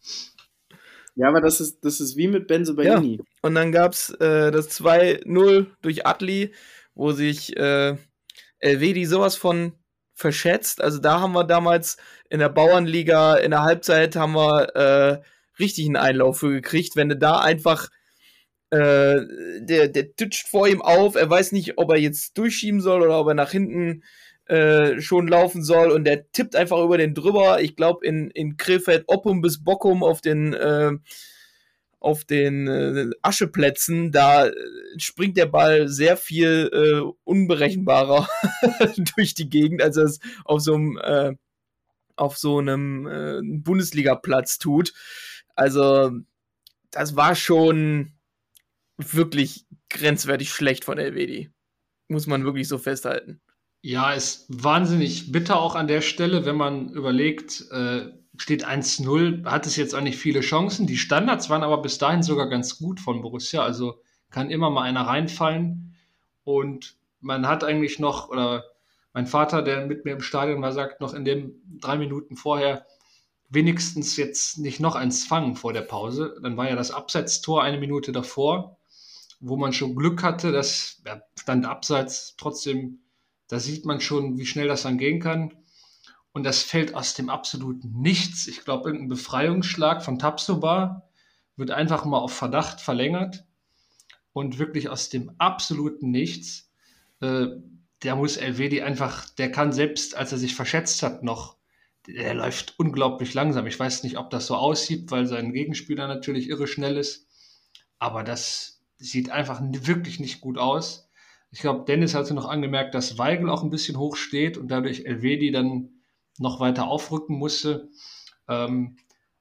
ja, aber das ist, das ist wie mit Benzo Baini. Und dann gab's äh, das zwei null durch Adli, wo sich äh, Elvedi sowas von verschätzt. Also da haben wir damals in der Bauernliga in der Halbzeit haben wir äh, richtig einen Einlauf für gekriegt, wenn du da einfach äh, der, der titscht vor ihm auf, er weiß nicht, ob er jetzt durchschieben soll oder ob er nach hinten äh, schon laufen soll und der tippt einfach über den drüber. Ich glaube in, in Krefeld Oppum bis Bockum auf den äh, auf den äh, Ascheplätzen, da äh, springt der Ball sehr viel äh, unberechenbarer durch die Gegend, als er es auf so einem äh, auf so einem äh, Bundesliga-Platz tut. Also das war schon wirklich grenzwertig schlecht von Elvedi. Muss man wirklich so festhalten. Ja, ist wahnsinnig bitter auch an der Stelle, wenn man überlegt, äh, steht eins null, hat es jetzt auch nicht viele Chancen. Die Standards waren aber bis dahin sogar ganz gut von Borussia, also kann immer mal einer reinfallen. Und man hat eigentlich noch, oder mein Vater, der mit mir im Stadion war, sagt noch in den drei Minuten vorher, wenigstens jetzt nicht noch eins fangen vor der Pause. Dann war ja das Abseitstor eine Minute davor, wo man schon Glück hatte, dass ja, stand abseits trotzdem. Da sieht man schon, wie schnell das dann gehen kann. Und das fällt aus dem absoluten Nichts. Ich glaube, irgendein Befreiungsschlag von Tapsoba wird einfach mal auf Verdacht verlängert. Und wirklich aus dem absoluten Nichts, äh, der muss Elvedi einfach, der kann selbst, als er sich verschätzt hat, noch, der läuft unglaublich langsam. Ich weiß nicht, ob das so aussieht, weil sein Gegenspieler natürlich irre schnell ist. Aber das sieht einfach wirklich nicht gut aus. Ich glaube, Dennis hatte noch angemerkt, dass Weigl auch ein bisschen hoch steht und dadurch Elvedi dann noch weiter aufrücken musste. Ähm,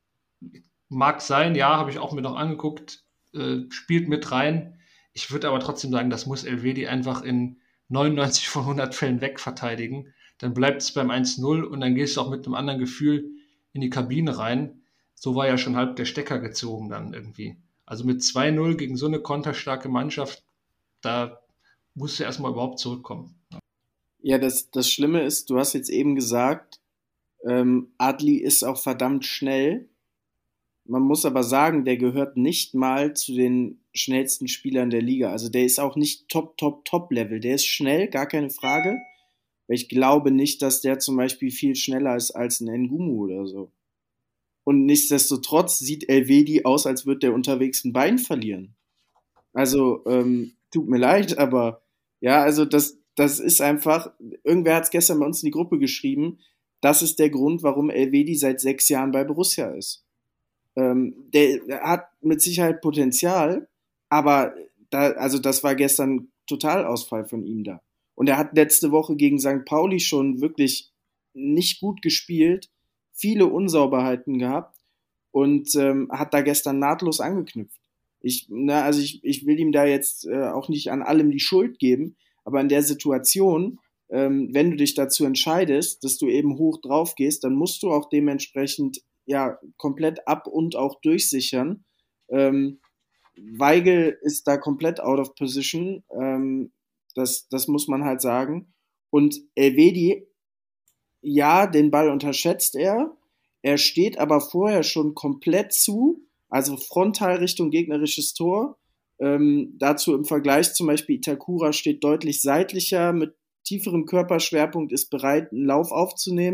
mag sein, ja, habe ich auch mir noch angeguckt, äh, spielt mit rein. Ich würde aber trotzdem sagen, das muss Elvedi einfach in neunundneunzig von hundert Fällen wegverteidigen. Dann bleibt es beim eins null und dann gehst du auch mit einem anderen Gefühl in die Kabine rein. So war ja schon halb der Stecker gezogen dann irgendwie. Also mit zwei null gegen so eine konterstarke Mannschaft, da musst du erstmal überhaupt zurückkommen. Ja, das, das Schlimme ist, du hast jetzt eben gesagt, ähm, Adli ist auch verdammt schnell. Man muss aber sagen, der gehört nicht mal zu den schnellsten Spielern der Liga. Also der ist auch nicht Top, Top, Top-Level. Der ist schnell, gar keine Frage. Weil ich glaube nicht, dass der zum Beispiel viel schneller ist als ein Ngumu oder so. Und nichtsdestotrotz sieht Elvedi aus, als würde der unterwegs ein Bein verlieren. Also, ähm, tut mir leid, aber ja, also das, das ist einfach, irgendwer hat es gestern bei uns in die Gruppe geschrieben, das ist der Grund, warum Elvedi seit sechs Jahren bei Borussia ist. Ähm, der, der hat mit Sicherheit Potenzial, aber da, also das war gestern Totalausfall von ihm da. Und er hat letzte Woche gegen Sankt Pauli schon wirklich nicht gut gespielt, viele Unsauberheiten gehabt und ähm, hat da gestern nahtlos angeknüpft. Ich, na, also ich, ich will ihm da jetzt äh, auch nicht an allem die Schuld geben, aber in der Situation, ähm, wenn du dich dazu entscheidest, dass du eben hoch drauf gehst, dann musst du auch dementsprechend ja komplett ab und auch durchsichern. Ähm, Weigl ist da komplett out of position, ähm, das, das muss man halt sagen. Und Elvedi, ja, den Ball unterschätzt er, er steht aber vorher schon komplett zu, also frontal Richtung gegnerisches Tor. Ähm, dazu im Vergleich zum Beispiel Itakura steht deutlich seitlicher, mit tieferem Körperschwerpunkt, ist bereit, einen Lauf aufzunehmen.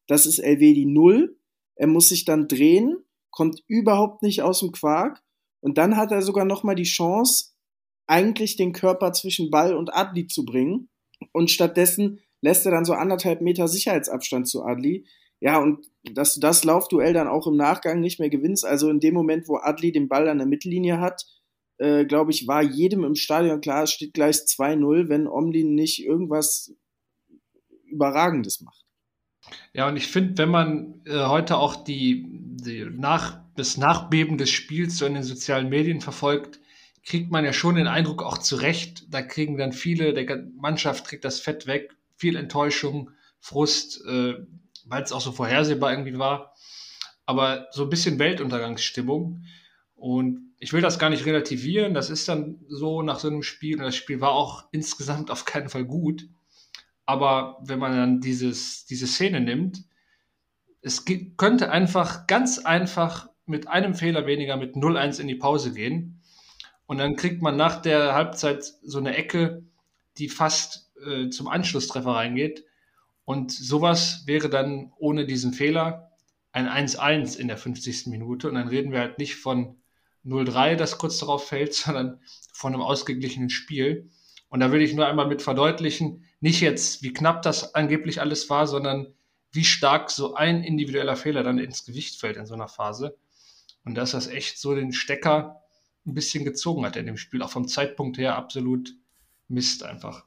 das ist Elvedi null. Er muss sich dann drehen, kommt überhaupt nicht aus dem Quark und dann hat er sogar nochmal die Chance, eigentlich den Körper zwischen Ball und Adli zu bringen und stattdessen lässt er dann so anderthalb Meter Sicherheitsabstand zu Adli. Ja, und dass du das Laufduell dann auch im Nachgang nicht mehr gewinnst, also in dem Moment, wo Adli den Ball an der Mittellinie hat, äh, glaube ich, war jedem im Stadion klar, es steht gleich zwei null, wenn Omlin nicht irgendwas Überragendes macht. Ja, und ich finde, wenn man äh, heute auch die, die nach, das Nachbeben des Spiels so in den sozialen Medien verfolgt, kriegt man ja schon den Eindruck, auch zu Recht, da kriegen dann viele, der Mannschaft trägt das Fett weg, viel Enttäuschung, Frust, äh, weil es auch so vorhersehbar irgendwie war, aber so ein bisschen Weltuntergangsstimmung und ich will das gar nicht relativieren, das ist dann so nach so einem Spiel und das Spiel war auch insgesamt auf keinen Fall gut, aber wenn man dann dieses, diese Szene nimmt, es ge- könnte einfach, ganz einfach mit einem Fehler weniger mit null eins in die Pause gehen und dann kriegt man nach der Halbzeit so eine Ecke, die fast äh, zum Anschlusstreffer reingeht. Und sowas wäre dann ohne diesen Fehler ein eins eins in der fünfzigsten Minute. Und dann reden wir halt nicht von null drei, das kurz darauf fällt, sondern von einem ausgeglichenen Spiel. Und da will ich nur einmal mit verdeutlichen, nicht jetzt, wie knapp das angeblich alles war, sondern wie stark so ein individueller Fehler dann ins Gewicht fällt in so einer Phase. Und dass das echt so den Stecker ein bisschen gezogen hat in dem Spiel. Auch vom Zeitpunkt her absolut Mist einfach.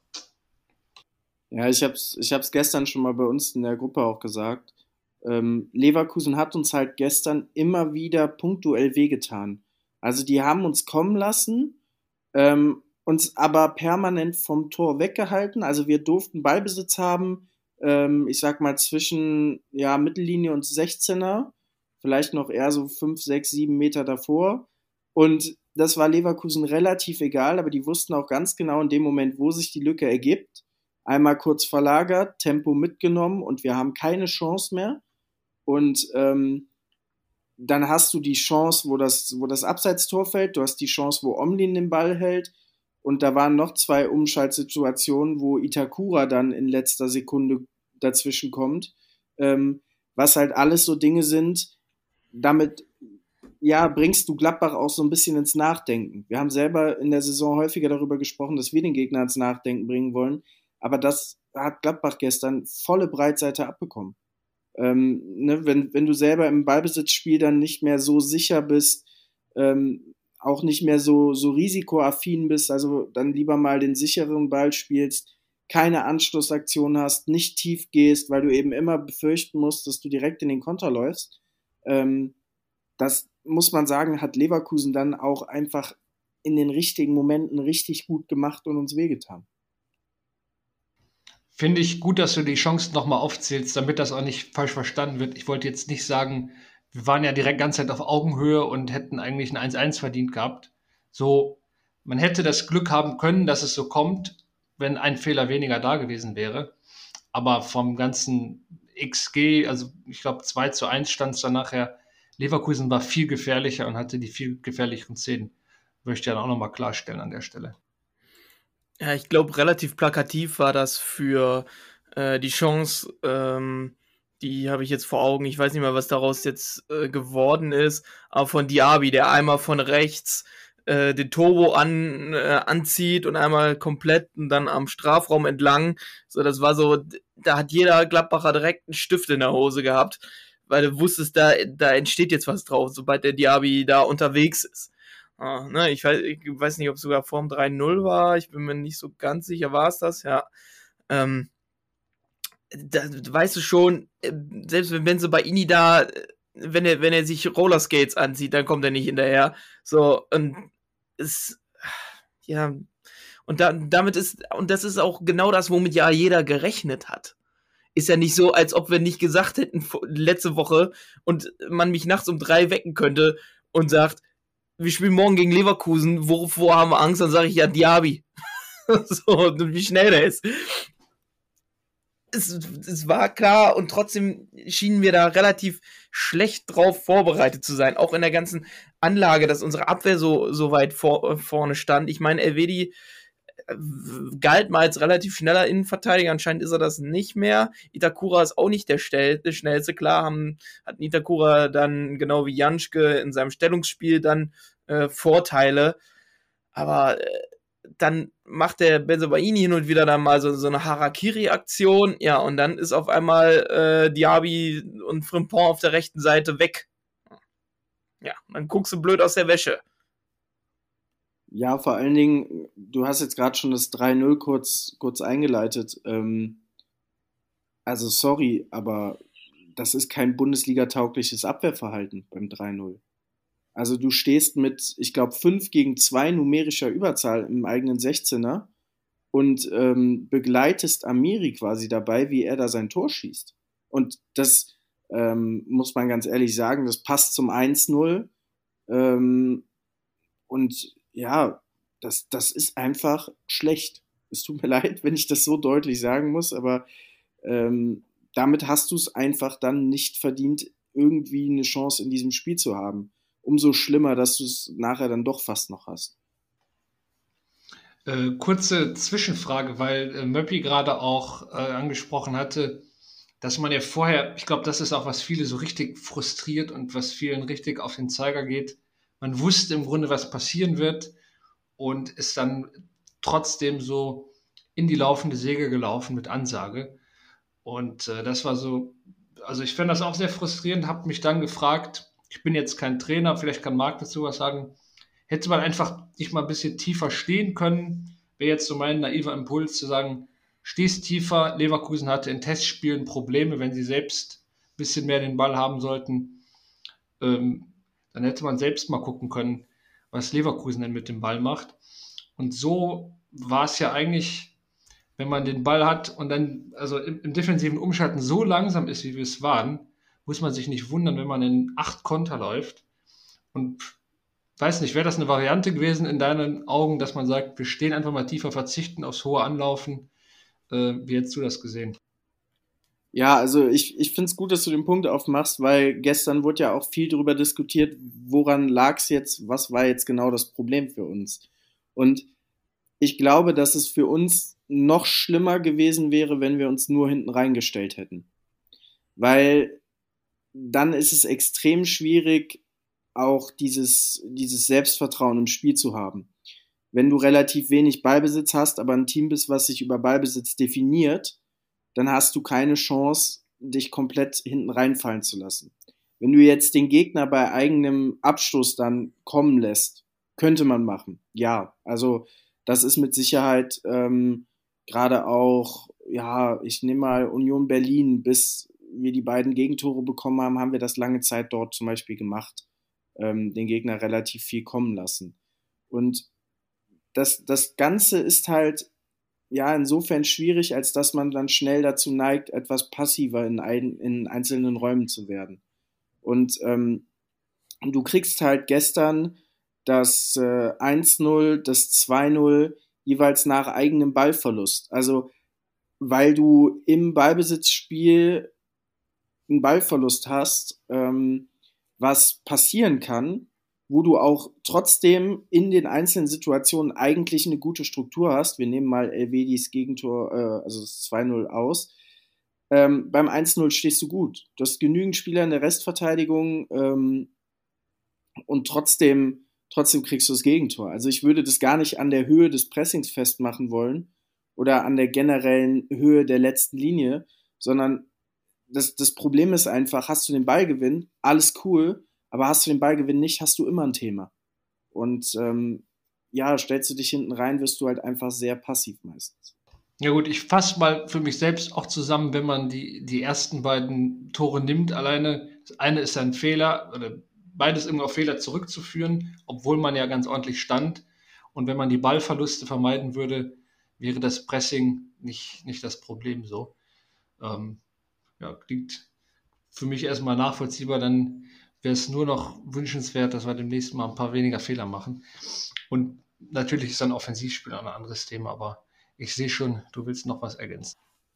Ja, ich hab's, ich hab's gestern schon mal bei uns in der Gruppe auch gesagt. Ähm, Leverkusen hat uns halt gestern immer wieder punktuell wehgetan. Also die haben uns kommen lassen, ähm, uns aber permanent vom Tor weggehalten. Also wir durften Ballbesitz haben, ähm, ich sag mal zwischen ja, Mittellinie und sechzehner, vielleicht noch eher so fünf, sechs, sieben Meter davor. Und das war Leverkusen relativ egal, aber die wussten auch ganz genau in dem Moment, wo sich die Lücke ergibt, einmal kurz verlagert, Tempo mitgenommen und wir haben keine Chance mehr. Und ähm, dann hast du die Chance, wo das, wo das Abseitstor fällt, du hast die Chance, wo Omlin den Ball hält und da waren noch zwei Umschaltsituationen, wo Itakura dann in letzter Sekunde dazwischen kommt, ähm, was halt alles so Dinge sind, damit ja, bringst du Gladbach auch so ein bisschen ins Nachdenken. Wir haben selber in der Saison häufiger darüber gesprochen, dass wir den Gegner ins Nachdenken bringen wollen, aber das hat Gladbach gestern volle Breitseite abbekommen. Ähm, ne, wenn, wenn du selber im Ballbesitzspiel dann nicht mehr so sicher bist, ähm, auch nicht mehr so, so risikoaffin bist, also dann lieber mal den sicheren Ball spielst, keine Anschlussaktion hast, nicht tief gehst, weil du eben immer befürchten musst, dass du direkt in den Konter läufst. Ähm, das muss man sagen, hat Leverkusen dann auch einfach in den richtigen Momenten richtig gut gemacht und uns wehgetan. Finde ich gut, dass du die Chancen nochmal aufzählst, damit das auch nicht falsch verstanden wird. Ich wollte jetzt nicht sagen, wir waren ja direkt ganze Zeit auf Augenhöhe und hätten eigentlich ein eins eins verdient gehabt. So, man hätte das Glück haben können, dass es so kommt, wenn ein Fehler weniger da gewesen wäre. Aber vom ganzen X G, also ich glaube zwei zu eins stand es dann nachher, Leverkusen war viel gefährlicher und hatte die viel gefährlicheren Szenen. Möchte ich dann auch nochmal klarstellen an der Stelle. Ja, ich glaube, relativ plakativ war das für äh, die Chance, ähm, die habe ich jetzt vor Augen. Ich weiß nicht mehr, was daraus jetzt äh, geworden ist, aber von Diaby, der einmal von rechts äh, den Turbo an, äh, anzieht und einmal komplett und dann am Strafraum entlang. So, das war so, da hat jeder Gladbacher direkt einen Stift in der Hose gehabt, weil du wusstest, da, da entsteht jetzt was drauf, sobald der Diaby da unterwegs ist. Ah, ne, ich, weiß, ich weiß nicht, ob es sogar Form drei null war, ich bin mir nicht so ganz sicher, war es das, ja. Ähm, da weißt du schon, selbst wenn, wenn so bei Ini da, wenn er, wenn er sich Rollerskates anzieht, dann kommt er nicht hinterher. So, und es, ja, und da, damit ist, und das ist auch genau das, womit ja jeder gerechnet hat. Ist ja nicht so, als ob wir nicht gesagt hätten letzte Woche und man mich nachts um drei wecken könnte und sagt, wir spielen morgen gegen Leverkusen, wovor haben wir Angst? Dann sage ich ja Diaby. So, wie schnell der ist. Es, es war klar und trotzdem schienen wir da relativ schlecht drauf vorbereitet zu sein. Auch in der ganzen Anlage, dass unsere Abwehr so, so weit vor, vorne stand. Ich meine, Elvedi galt mal als relativ schneller Innenverteidiger, anscheinend ist er das nicht mehr. Itakura ist auch nicht der, Stel- der schnellste, klar, haben, hat Itakura dann, genau wie Janschke, in seinem Stellungsspiel dann äh, Vorteile, aber äh, dann macht der Bensebaini hin und wieder dann mal so, so eine Harakiri-Aktion, ja, und dann ist auf einmal äh, Diaby und Frimpong auf der rechten Seite weg. Ja, dann guckst du blöd aus der Wäsche. Ja, vor allen Dingen, du hast jetzt gerade schon das drei null kurz, kurz eingeleitet. Ähm, also sorry, aber das ist kein Bundesliga-taugliches Abwehrverhalten beim drei null. Also du stehst mit, ich glaube, fünf gegen zwei numerischer Überzahl im eigenen sechzehner und ähm, begleitest Amiri quasi dabei, wie er da sein Tor schießt. Und das ähm, muss man ganz ehrlich sagen, das passt zum eins null. Ähm, und ja, das, das ist einfach schlecht. Es tut mir leid, wenn ich das so deutlich sagen muss, aber ähm, damit hast du es einfach dann nicht verdient, irgendwie eine Chance in diesem Spiel zu haben. Umso schlimmer, dass du es nachher dann doch fast noch hast. Äh, kurze Zwischenfrage, weil äh, Möppi gerade auch äh, angesprochen hatte, dass man ja vorher, ich glaube, das ist auch, was viele so richtig frustriert und was vielen richtig auf den Zeiger geht. Man wusste im Grunde, was passieren wird und ist dann trotzdem so in die laufende Säge gelaufen mit Ansage. Und äh, das war so, also ich fand das auch sehr frustrierend, habe mich dann gefragt, ich bin jetzt kein Trainer, vielleicht kann Marc dazu was sagen, hätte man einfach nicht mal ein bisschen tiefer stehen können, wäre jetzt so mein naiver Impuls zu sagen, stehst tiefer, Leverkusen hatte in Testspielen Probleme, wenn sie selbst ein bisschen mehr den Ball haben sollten, ähm, dann hätte man selbst mal gucken können, was Leverkusen denn mit dem Ball macht. Und so war es ja eigentlich, wenn man den Ball hat und dann also im, im defensiven Umschalten so langsam ist, wie wir es waren, muss man sich nicht wundern, wenn man in acht Konter läuft. Und weiß nicht, wäre das eine Variante gewesen in deinen Augen, dass man sagt, wir stehen einfach mal tiefer, verzichten aufs hohe Anlaufen? Äh, wie hättest du das gesehen? Ja, also ich, ich finde es gut, dass du den Punkt aufmachst, weil gestern wurde ja auch viel darüber diskutiert, woran lag es jetzt, was war jetzt genau das Problem für uns. Und ich glaube, dass es für uns noch schlimmer gewesen wäre, wenn wir uns nur hinten reingestellt hätten. Weil dann ist es extrem schwierig, auch dieses, dieses Selbstvertrauen im Spiel zu haben. Wenn du relativ wenig Ballbesitz hast, aber ein Team bist, was sich über Ballbesitz definiert, dann hast du keine Chance, dich komplett hinten reinfallen zu lassen. Wenn du jetzt den Gegner bei eigenem Abstoß dann kommen lässt, könnte man machen. Ja, also das ist mit Sicherheit ähm, gerade auch, ja, ich nehme mal Union Berlin, bis wir die beiden Gegentore bekommen haben, haben wir das lange Zeit dort zum Beispiel gemacht, ähm, den Gegner relativ viel kommen lassen. Und das, das Ganze ist halt ja insofern schwierig, als dass man dann schnell dazu neigt, etwas passiver in, ein, in einzelnen Räumen zu werden. Und ähm, du kriegst halt gestern das äh, eins null, das zwei null jeweils nach eigenem Ballverlust. Also weil du im Ballbesitzspiel einen Ballverlust hast, ähm, was passieren kann, wo du auch trotzdem in den einzelnen Situationen eigentlich eine gute Struktur hast. Wir nehmen mal Elvedis Gegentor, äh, also das zwei null aus. Ähm, beim eins null stehst du gut. Du hast genügend Spieler in der Restverteidigung ähm, und trotzdem, trotzdem kriegst du das Gegentor. Also ich würde das gar nicht an der Höhe des Pressings festmachen wollen oder an der generellen Höhe der letzten Linie, sondern das, das Problem ist einfach, hast du den Ballgewinn, alles cool, aber hast du den Ballgewinn nicht, hast du immer ein Thema. Und ähm, ja, stellst du dich hinten rein, wirst du halt einfach sehr passiv meistens. Ja gut, ich fasse mal für mich selbst auch zusammen, wenn man die, die ersten beiden Tore nimmt. Alleine, das eine ist ein Fehler, oder beides irgendwie auf Fehler zurückzuführen, obwohl man ja ganz ordentlich stand. Und wenn man die Ballverluste vermeiden würde, wäre das Pressing nicht, nicht das Problem so. Ähm, ja, klingt für mich erstmal nachvollziehbar, dann wäre es nur noch wünschenswert, dass wir demnächst mal ein paar weniger Fehler machen. Und natürlich ist dann Offensivspiel ein anderes Thema, aber ich sehe schon, du willst noch was ergänzen.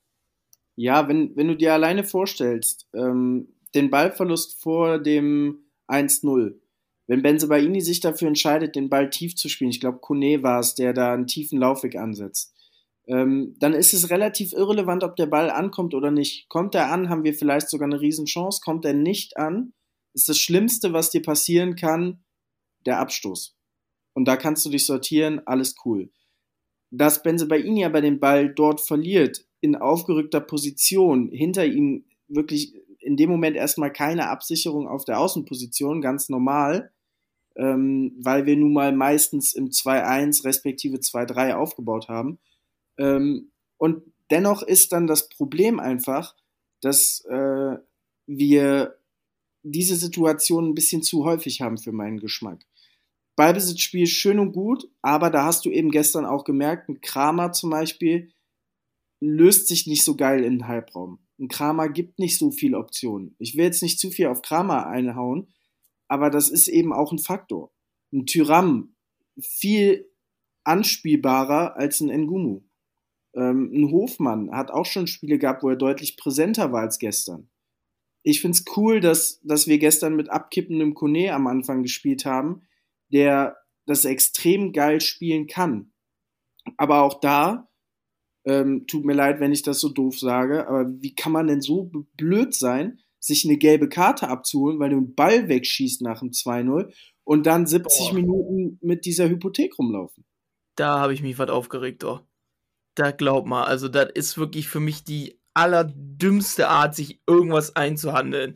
Ja, wenn, wenn du dir alleine vorstellst, ähm, den Ballverlust vor dem eins null, Wenn Bensebaini sich dafür entscheidet, den Ball tief zu spielen, ich glaube, Kone war es, der da einen tiefen Laufweg ansetzt, ähm, dann ist es relativ irrelevant, ob der Ball ankommt oder nicht. Kommt er an, haben wir vielleicht sogar eine Riesenchance. Kommt er nicht an, ist das Schlimmste, was dir passieren kann, der Abstoß. Und da kannst du dich sortieren, alles cool. Dass Bensebaini aber den Ball dort verliert, in aufgerückter Position, hinter ihm wirklich in dem Moment erstmal keine Absicherung auf der Außenposition, ganz normal, ähm, weil wir nun mal meistens im zwei eins respektive zwei drei aufgebaut haben. Ähm, und dennoch ist dann das Problem einfach, dass äh, wir diese Situation ein bisschen zu häufig haben für meinen Geschmack. Ballbesitzspiel schön und gut, aber da hast du eben gestern auch gemerkt, ein Kramer zum Beispiel löst sich nicht so geil in den Halbraum. Ein Kramer gibt nicht so viele Optionen. Ich will jetzt nicht zu viel auf Kramer einhauen, aber das ist eben auch ein Faktor. Ein Thuram viel anspielbarer als ein Ngumu. Ähm, ein Hofmann hat auch schon Spiele gehabt, wo er deutlich präsenter war als gestern. Ich finde es cool, dass, dass wir gestern mit abkippendem Kone am Anfang gespielt haben, der das extrem geil spielen kann. Aber auch da, ähm, tut mir leid, wenn ich das so doof sage, aber wie kann man denn so blöd sein, sich eine gelbe Karte abzuholen, weil du einen Ball wegschießt nach dem zwei null und dann siebzig Boah. Minuten mit dieser Hypothek rumlaufen? Da habe ich mich was aufgeregt, doch. Da glaub mal, also das ist wirklich für mich die allerdümmste Art, sich irgendwas einzuhandeln.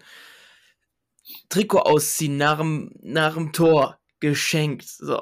Trikot ausziehen nach dem, nach dem Tor, geschenkt, so.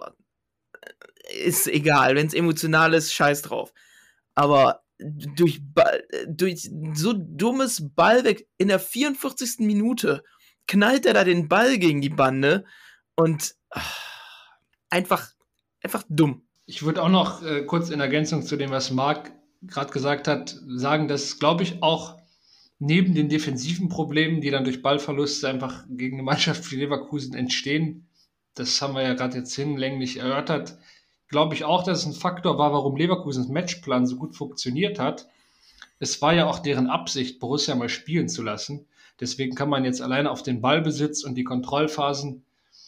Ist egal, wenn es emotional ist, scheiß drauf. Aber durch, Ball, durch so dummes Ballweg in der vierundvierzigsten Minute knallt er da den Ball gegen die Bande und ach, einfach, einfach dumm. Ich würde auch noch äh, kurz in Ergänzung zu dem, was Marc gerade gesagt hat, sagen, dass, glaube ich, auch neben den defensiven Problemen, die dann durch Ballverluste einfach gegen eine Mannschaft wie Leverkusen entstehen, das haben wir ja gerade jetzt hinlänglich erörtert, glaube ich auch, dass es ein Faktor war, warum Leverkusens Matchplan so gut funktioniert hat. Es war ja auch deren Absicht, Borussia mal spielen zu lassen. Deswegen kann man jetzt alleine auf den Ballbesitz und die Kontrollphasen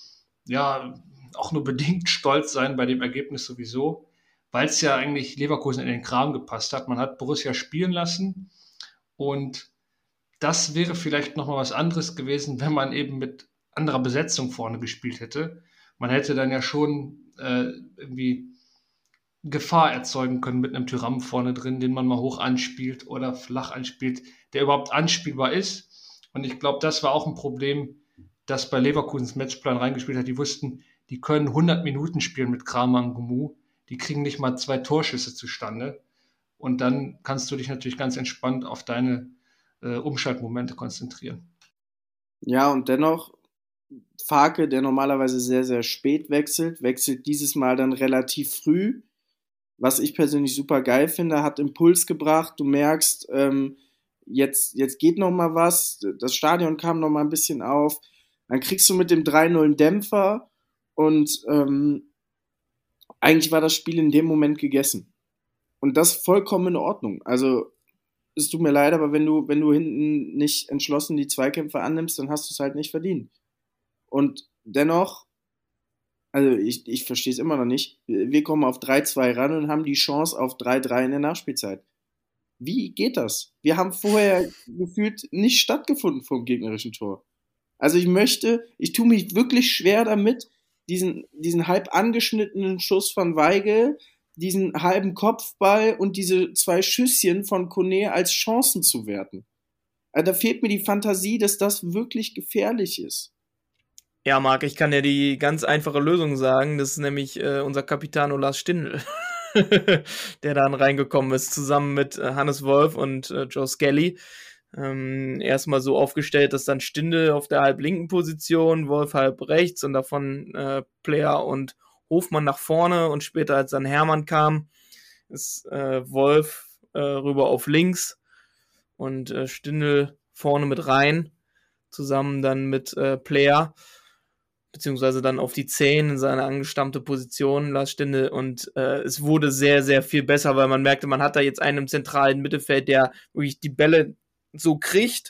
ja auch nur bedingt stolz sein bei dem Ergebnis sowieso, weil es ja eigentlich Leverkusen in den Kram gepasst hat. Man hat Borussia spielen lassen und das wäre vielleicht nochmal was anderes gewesen, wenn man eben mit anderer Besetzung vorne gespielt hätte. Man hätte dann ja schon äh, irgendwie Gefahr erzeugen können mit einem Thuram vorne drin, den man mal hoch anspielt oder flach anspielt, der überhaupt anspielbar ist. Und ich glaube, das war auch ein Problem, das bei Leverkusens Matchplan reingespielt hat. Die wussten, die können hundert Minuten spielen mit Kramer und Ngumu. Die kriegen nicht mal zwei Torschüsse zustande. Und dann kannst du dich natürlich ganz entspannt auf deine äh, Umschaltmomente konzentrieren. Ja, und dennoch, Farke, der normalerweise sehr, sehr spät wechselt, wechselt dieses Mal dann relativ früh. Was ich persönlich super geil finde, hat Impuls gebracht. Du merkst, ähm, jetzt, jetzt geht noch mal was. Das Stadion kam noch mal ein bisschen auf. Dann kriegst du mit dem drei null einen Dämpfer und ähm, eigentlich war das Spiel in dem Moment gegessen. Und das vollkommen in Ordnung. Also es tut mir leid, aber wenn du, wenn du hinten nicht entschlossen die Zweikämpfe annimmst, dann hast du es halt nicht verdient. Und dennoch, also ich, ich verstehe es immer noch nicht, wir kommen auf drei zwei ran und haben die Chance auf drei drei in der Nachspielzeit. Wie geht das? Wir haben vorher gefühlt nicht stattgefunden vom gegnerischen Tor. Also ich möchte, ich tue mich wirklich schwer damit, diesen, diesen halb angeschnittenen Schuss von Weigl, diesen halben Kopfball und diese zwei Schüsschen von Kone als Chancen zu werten. Also da fehlt mir die Fantasie, dass das wirklich gefährlich ist. Ja, Marc, ich kann dir die ganz einfache Lösung sagen. Das ist nämlich äh, unser Capitano Lars Stindl, der dann reingekommen ist, zusammen mit äh, Hannes Wolf und äh, Joe Skelly. Ähm, erstmal so aufgestellt, dass dann Stindl auf der halblinken Position, Wolf halb rechts und davon äh, Player und Hofmann nach vorne und später, als dann Hermann kam, ist äh, Wolf äh, rüber auf links und äh, Stindl vorne mit rein, zusammen dann mit äh, Player, beziehungsweise dann auf die zehn in seine angestammte Position, Lars Stindl, und äh, es wurde sehr, sehr viel besser, weil man merkte, man hat da jetzt einen im zentralen Mittelfeld, der wirklich die Bälle so kriegt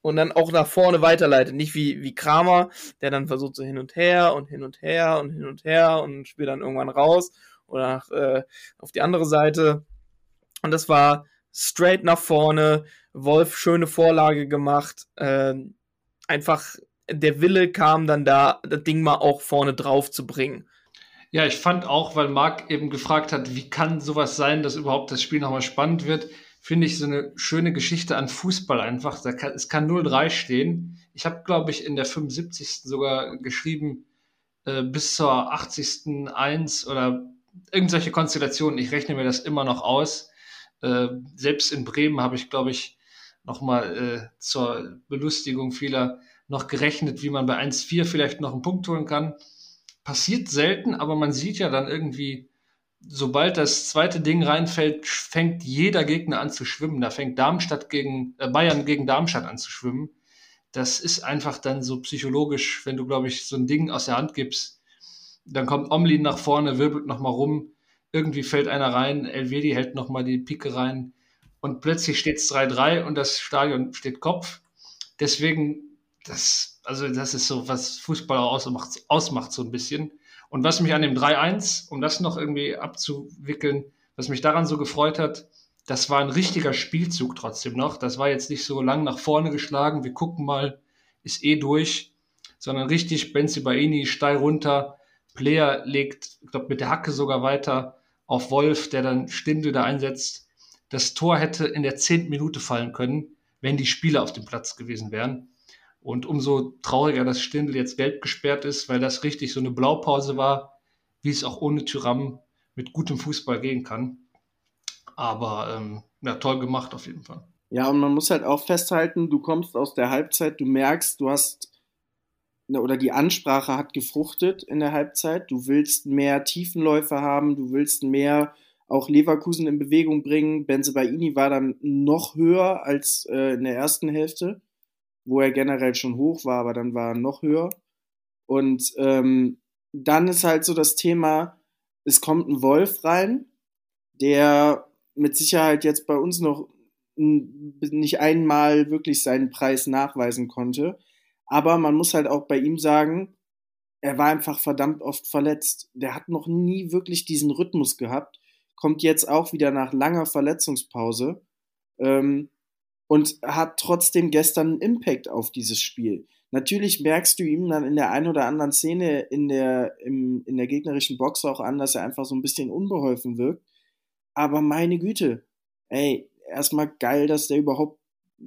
und dann auch nach vorne weiterleitet. Nicht wie, wie Kramer, der dann versucht so hin und her und hin und her und hin und her und spielt dann irgendwann raus oder nach, äh, auf die andere Seite. Und das war straight nach vorne. Wolf, schöne Vorlage gemacht. Äh, einfach der Wille kam dann da, das Ding mal auch vorne drauf zu bringen. Ja, ich fand auch, weil Marc eben gefragt hat, wie kann sowas sein, dass überhaupt das Spiel nochmal spannend wird, finde ich so eine schöne Geschichte an Fußball einfach. Da kann, es kann null drei stehen. Ich habe, glaube ich, in der fünfundsiebzigsten sogar geschrieben, äh, bis zur achtzigsten eins oder irgendwelche Konstellationen. Ich rechne mir das immer noch aus. Äh, selbst in Bremen habe ich, glaube ich, nochmal äh, zur Belustigung vieler noch gerechnet, wie man bei eins vier vielleicht noch einen Punkt holen kann. Passiert selten, aber man sieht ja dann irgendwie, sobald das zweite Ding reinfällt, fängt jeder Gegner an zu schwimmen. Da fängt Darmstadt gegen äh, Bayern gegen Darmstadt an zu schwimmen. Das ist einfach dann so psychologisch, wenn du, glaube ich, so ein Ding aus der Hand gibst. Dann kommt Omlin nach vorne, wirbelt nochmal rum. Irgendwie fällt einer rein, Elvedi hält nochmal die Pike rein. Und plötzlich steht es drei drei und das Stadion steht Kopf. Deswegen, das, also das ist so, was Fußball ausmacht, ausmacht so ein bisschen. Und was mich an dem drei eins, um das noch irgendwie abzuwickeln, was mich daran so gefreut hat, das war ein richtiger Spielzug trotzdem noch. Das war jetzt nicht so lang nach vorne geschlagen, wir gucken mal, ist eh durch, sondern richtig Bensebaini steil runter, Player legt, ich glaube, mit der Hacke sogar weiter auf Wolf, der dann Stindl da einsetzt. Das Tor hätte in der zehnten Minute fallen können, wenn die Spieler auf dem Platz gewesen wären. Und umso trauriger, dass Stindl jetzt gelb gesperrt ist, weil das richtig so eine Blaupause war, wie es auch ohne Thuram mit gutem Fußball gehen kann. Aber ähm, ja, toll gemacht auf jeden Fall. Ja, und man muss halt auch festhalten, du kommst aus der Halbzeit, du merkst, du hast, oder die Ansprache hat gefruchtet in der Halbzeit, du willst mehr Tiefenläufe haben, du willst mehr auch Leverkusen in Bewegung bringen. Bensebaini war dann noch höher als äh, in der ersten Hälfte, wo er generell schon hoch war, aber dann war er noch höher. Und ähm, dann ist halt so das Thema, es kommt ein Wolf rein, der mit Sicherheit jetzt bei uns noch n- nicht einmal wirklich seinen Preis nachweisen konnte. Aber man muss halt auch bei ihm sagen, er war einfach verdammt oft verletzt. Der hat noch nie wirklich diesen Rhythmus gehabt, kommt jetzt auch wieder nach langer Verletzungspause. Ähm, und hat trotzdem gestern einen Impact auf dieses Spiel. Natürlich merkst du ihm dann in der einen oder anderen Szene in der, im, in der gegnerischen Box auch an, dass er einfach so ein bisschen unbeholfen wirkt. Aber meine Güte, ey, erstmal geil, dass der überhaupt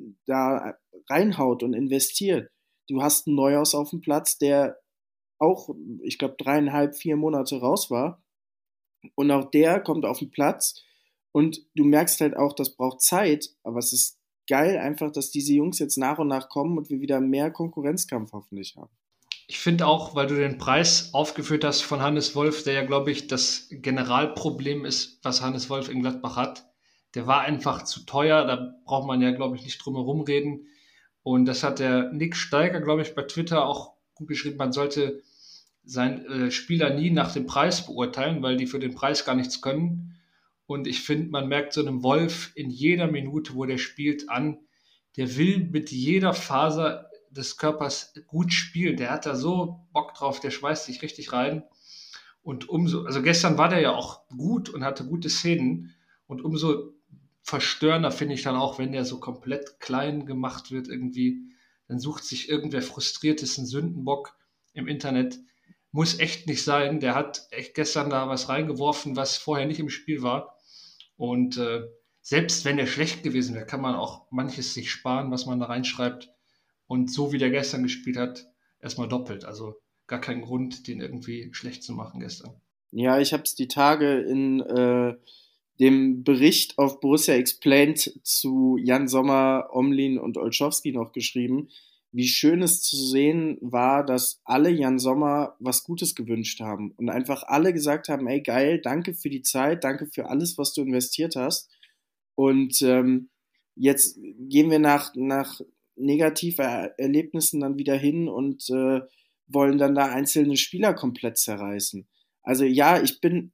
da reinhaut und investiert. Du hast einen Neuhaus auf dem Platz, der auch, ich glaube, dreieinhalb, vier Monate raus war. Und auch der kommt auf den Platz und du merkst halt auch, das braucht Zeit, aber es ist geil einfach, dass diese Jungs jetzt nach und nach kommen und wir wieder mehr Konkurrenzkampf hoffentlich haben. Ich finde auch, weil du den Preis aufgeführt hast von Hannes Wolf, der ja, glaube ich, das Generalproblem ist, was Hannes Wolf in Gladbach hat. Der war einfach zu teuer, da braucht man ja, glaube ich, nicht drum herum reden. Und das hat der Nick Steiger, glaube ich, bei Twitter auch gut geschrieben. Man sollte seinen äh, Spieler nie nach dem Preis beurteilen, weil die für den Preis gar nichts können. Und ich finde, man merkt so einem Wolf in jeder Minute, wo der spielt, an, der will mit jeder Faser des Körpers gut spielen. Der hat da so Bock drauf, der schmeißt sich richtig rein. Und umso, also gestern war der ja auch gut und hatte gute Szenen. Und umso verstörender finde ich dann auch, wenn der so komplett klein gemacht wird irgendwie. Dann sucht sich irgendwer frustriertesten Sündenbock im Internet. Muss echt nicht sein. Der hat echt gestern da was reingeworfen, was vorher nicht im Spiel war. Und äh, selbst wenn der schlecht gewesen wäre, kann man auch manches sich sparen, was man da reinschreibt. Und so wie der gestern gespielt hat, erstmal doppelt. Also gar keinen Grund, den irgendwie schlecht zu machen gestern. Ja, ich habe es die Tage in äh, dem Bericht auf Borussia Explained zu Jan Sommer, Omlin und Olschowski noch geschrieben, wie schön es zu sehen war, dass alle Jan Sommer was Gutes gewünscht haben und einfach alle gesagt haben, ey geil, danke für die Zeit, danke für alles, was du investiert hast. Und ähm, jetzt gehen wir nach, nach Negativerlebnissen dann wieder hin und äh, wollen dann da einzelne Spieler komplett zerreißen. Also ja, ich bin,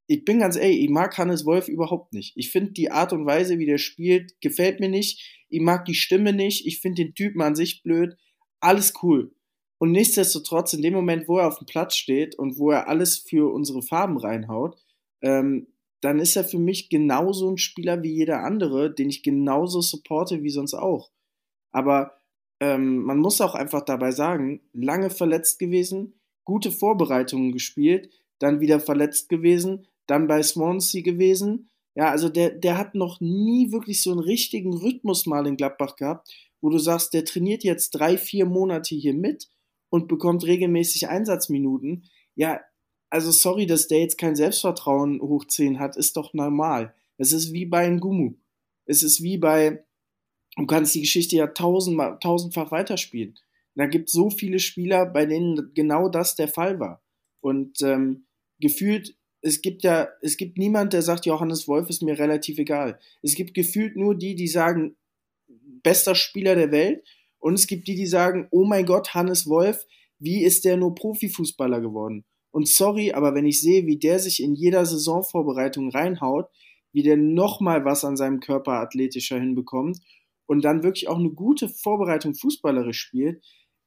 ich bin ganz ehrlich, ich mag Hannes Wolf überhaupt nicht. Ich finde die Art und Weise, wie der spielt, gefällt mir nicht. Ich mag die Stimme nicht. Ich finde den Typen an sich blöd. Alles cool. Und nichtsdestotrotz, in dem Moment, wo er auf dem Platz steht und wo er alles für unsere Farben reinhaut, ähm, dann ist er für mich genauso ein Spieler wie jeder andere, den ich genauso supporte wie sonst auch. Aber ähm, man muss auch einfach dabei sagen, lange verletzt gewesen, gute Vorbereitungen gespielt, dann wieder verletzt gewesen, dann bei Swansea gewesen. Ja, also der, der hat noch nie wirklich so einen richtigen Rhythmus mal in Gladbach gehabt, wo du sagst, der trainiert jetzt drei, vier Monate hier mit und bekommt regelmäßig Einsatzminuten. Ja, also sorry, dass der jetzt kein Selbstvertrauen hoch zehn hat, ist doch normal. Es ist wie bei Ngumu. Es ist wie bei, du kannst die Geschichte ja tausendmal, tausendfach weiterspielen. Da gibt es so viele Spieler, bei denen genau das der Fall war. Und ähm, gefühlt, es gibt ja, es gibt niemand, der sagt, Johannes Wolf ist mir relativ egal. Es gibt gefühlt nur die, die sagen, bester Spieler der Welt. Und es gibt die, die sagen, oh mein Gott, Hannes Wolf, wie ist der nur Profifußballer geworden? Und sorry, aber wenn ich sehe, wie der sich in jeder Saisonvorbereitung reinhaut, wie der nochmal was an seinem Körper athletischer hinbekommt und dann wirklich auch eine gute Vorbereitung fußballerisch spielt,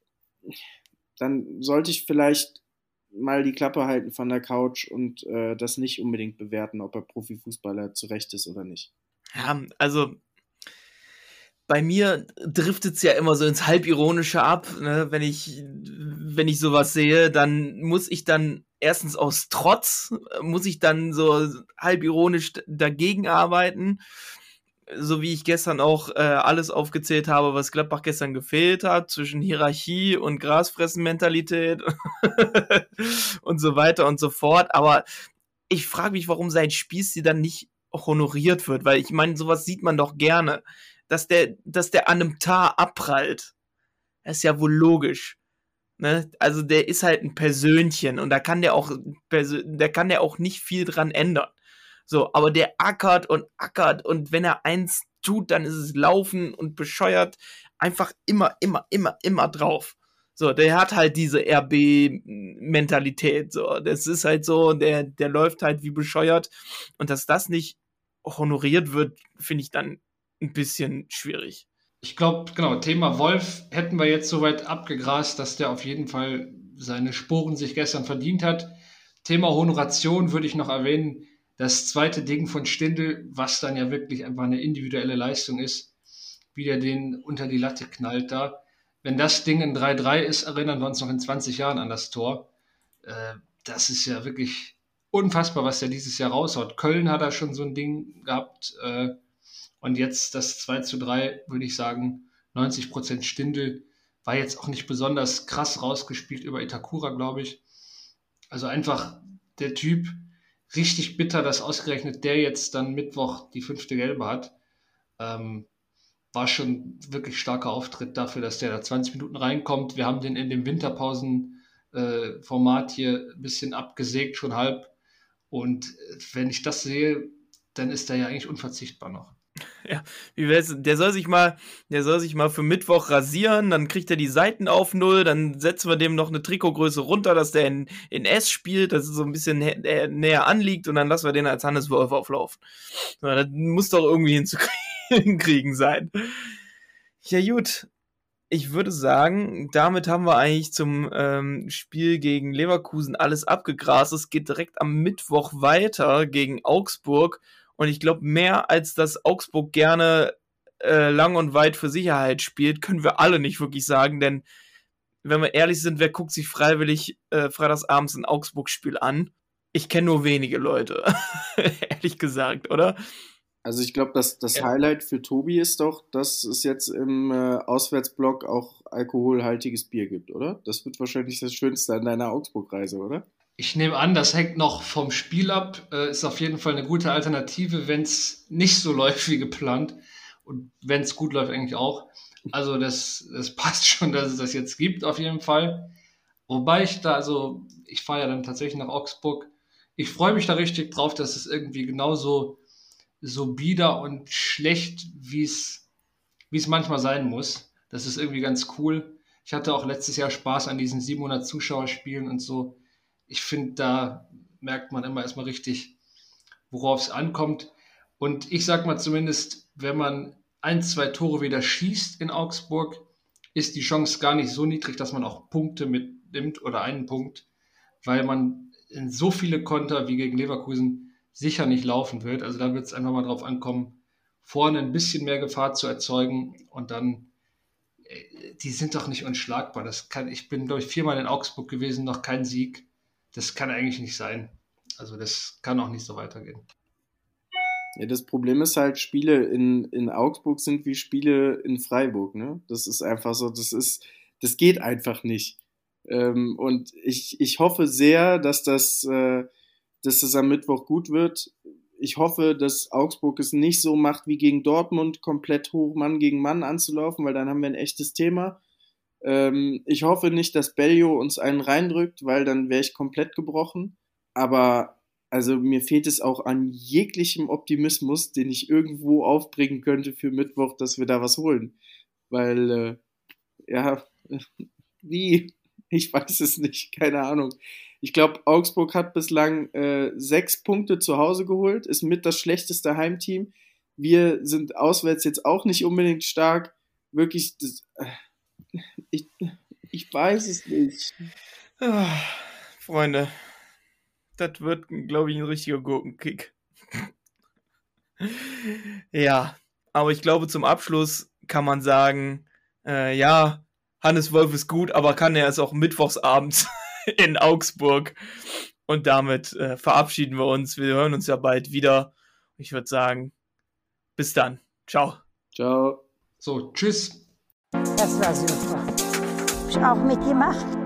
dann sollte ich vielleicht mal die Klappe halten von der Couch und äh, das nicht unbedingt bewerten, ob er Profifußballer zurecht ist oder nicht. Ja, also bei mir driftet es ja immer so ins Halbironische ab, ne? Wenn ich, wenn ich sowas sehe, dann muss ich dann erstens aus Trotz, muss ich dann so halbironisch dagegen arbeiten, so wie ich gestern auch äh, alles aufgezählt habe, was Gladbach gestern gefehlt hat, zwischen Hierarchie und Grasfressen-Mentalität und so weiter und so fort. Aber ich frage mich, warum sein Spielstil dann nicht honoriert wird, weil ich meine, sowas sieht man doch gerne, dass der, dass der an einem Tar abprallt. Das ist ja wohl logisch. Ne? Also der ist halt ein Persönchen und da kann der auch, da kann der auch nicht viel dran ändern. So, aber der ackert und ackert und wenn er eins tut, dann ist es laufen und bescheuert einfach immer, immer, immer, immer drauf. So, der hat halt diese R B-Mentalität. So, das ist halt so, der, der läuft halt wie bescheuert und dass das nicht honoriert wird, finde ich dann ein bisschen schwierig. Ich glaube, genau, Thema Wolf hätten wir jetzt soweit abgegrast, dass der auf jeden Fall seine Sporen sich gestern verdient hat. Thema Honoration würde ich noch erwähnen. Das zweite Ding von Stindl, was dann ja wirklich einfach eine individuelle Leistung ist, wie der den unter die Latte knallt da. Wenn das Ding ein drei drei ist, erinnern wir uns noch in zwanzig Jahren an das Tor. Äh, das ist ja wirklich unfassbar, was der dieses Jahr raushaut. Köln hat er schon so ein Ding gehabt. Äh, und jetzt das zwei zu drei, würde ich sagen, neunzig Prozent Stindl. War jetzt auch nicht besonders krass rausgespielt über Itakura, glaube ich. Also einfach der Typ, richtig bitter, dass ausgerechnet der jetzt dann Mittwoch die fünfte Gelbe hat. Ähm, war schon wirklich starker Auftritt dafür, dass der da zwanzig Minuten reinkommt. Wir haben den in dem Winterpausen-Format äh, hier ein bisschen abgesägt, schon halb. Und wenn ich das sehe, dann ist der ja eigentlich unverzichtbar noch. Ja, wie wär's? Der soll sich mal, der soll sich mal für Mittwoch rasieren, dann kriegt er die Seiten auf Null, dann setzen wir dem noch eine Trikotgröße runter, dass der in, in S spielt, dass es so ein bisschen nä- näher anliegt und dann lassen wir den als Hannes Wolf auflaufen. So, das muss doch irgendwie hinkriegen sein. Ja gut, ich würde sagen, damit haben wir eigentlich zum ähm, Spiel gegen Leverkusen alles abgegrast. Es geht direkt am Mittwoch weiter gegen Augsburg. Und ich glaube, mehr als das Augsburg gerne äh, lang und weit für Sicherheit spielt, können wir alle nicht wirklich sagen. Denn, wenn wir ehrlich sind, wer guckt sich freiwillig äh, freitagsabends ein Augsburg-Spiel an? Ich kenne nur wenige Leute, ehrlich gesagt, oder? Also ich glaube, dass das Ja. Highlight für Tobi ist doch, dass es jetzt im äh, Auswärtsblock auch alkoholhaltiges Bier gibt, oder? Das wird wahrscheinlich das Schönste an deiner Augsburg-Reise, oder? Ich nehme an, das hängt noch vom Spiel ab. Äh, ist auf jeden Fall eine gute Alternative, wenn es nicht so läuft wie geplant. Und wenn es gut läuft, eigentlich auch. Also das, das passt schon, dass es das jetzt gibt, auf jeden Fall. Wobei ich da, also ich fahre ja dann tatsächlich nach Augsburg. Ich freue mich da richtig drauf, dass es irgendwie genauso so bieder und schlecht, wie es wie es manchmal sein muss. Das ist irgendwie ganz cool. Ich hatte auch letztes Jahr Spaß an diesen siebenhundert Zuschauerspielen und so. Ich finde, da merkt man immer erstmal richtig, worauf es ankommt. Und ich sag mal zumindest, wenn man ein, zwei Tore wieder schießt in Augsburg, ist die Chance gar nicht so niedrig, dass man auch Punkte mitnimmt oder einen Punkt, weil man in so viele Konter wie gegen Leverkusen sicher nicht laufen wird. Also da wird es einfach mal drauf ankommen, vorne ein bisschen mehr Gefahr zu erzeugen und dann, äh, die sind doch nicht unschlagbar. Das kann, ich bin, glaube ich, viermal in Augsburg gewesen, noch kein Sieg. Das kann eigentlich nicht sein. Also das kann auch nicht so weitergehen. Ja, das Problem ist halt, Spiele in, in Augsburg sind wie Spiele in Freiburg, ne? Das ist einfach so, das ist, das geht einfach nicht. Ähm, und ich, ich hoffe sehr, dass das, äh, dass das am Mittwoch gut wird. Ich hoffe, dass Augsburg es nicht so macht wie gegen Dortmund, komplett hoch Mann gegen Mann anzulaufen, weil dann haben wir ein echtes Thema. Ähm, ich hoffe nicht, dass Bellio uns einen reindrückt, weil dann wäre ich komplett gebrochen. Aber also mir fehlt es auch an jeglichem Optimismus, den ich irgendwo aufbringen könnte für Mittwoch, dass wir da was holen. Weil, äh, ja, wie? Ich weiß es nicht, keine Ahnung. Ich glaube, Augsburg hat bislang äh, sechs Punkte zu Hause geholt, ist mit das schlechteste Heimteam. Wir sind auswärts jetzt auch nicht unbedingt stark. Wirklich, das, äh, ich, ich weiß es nicht. Ah, Freunde, das wird, glaube ich, ein richtiger Gurkenkick. Ja, aber ich glaube, zum Abschluss kann man sagen, äh, ja, Hannes Wolf ist gut, aber kann er es auch mittwochsabends in Augsburg. Und damit äh, verabschieden wir uns. Wir hören uns ja bald wieder. Ich würde sagen, bis dann. Ciao. Ciao. So, tschüss. Das war super. Hab ich auch mitgemacht.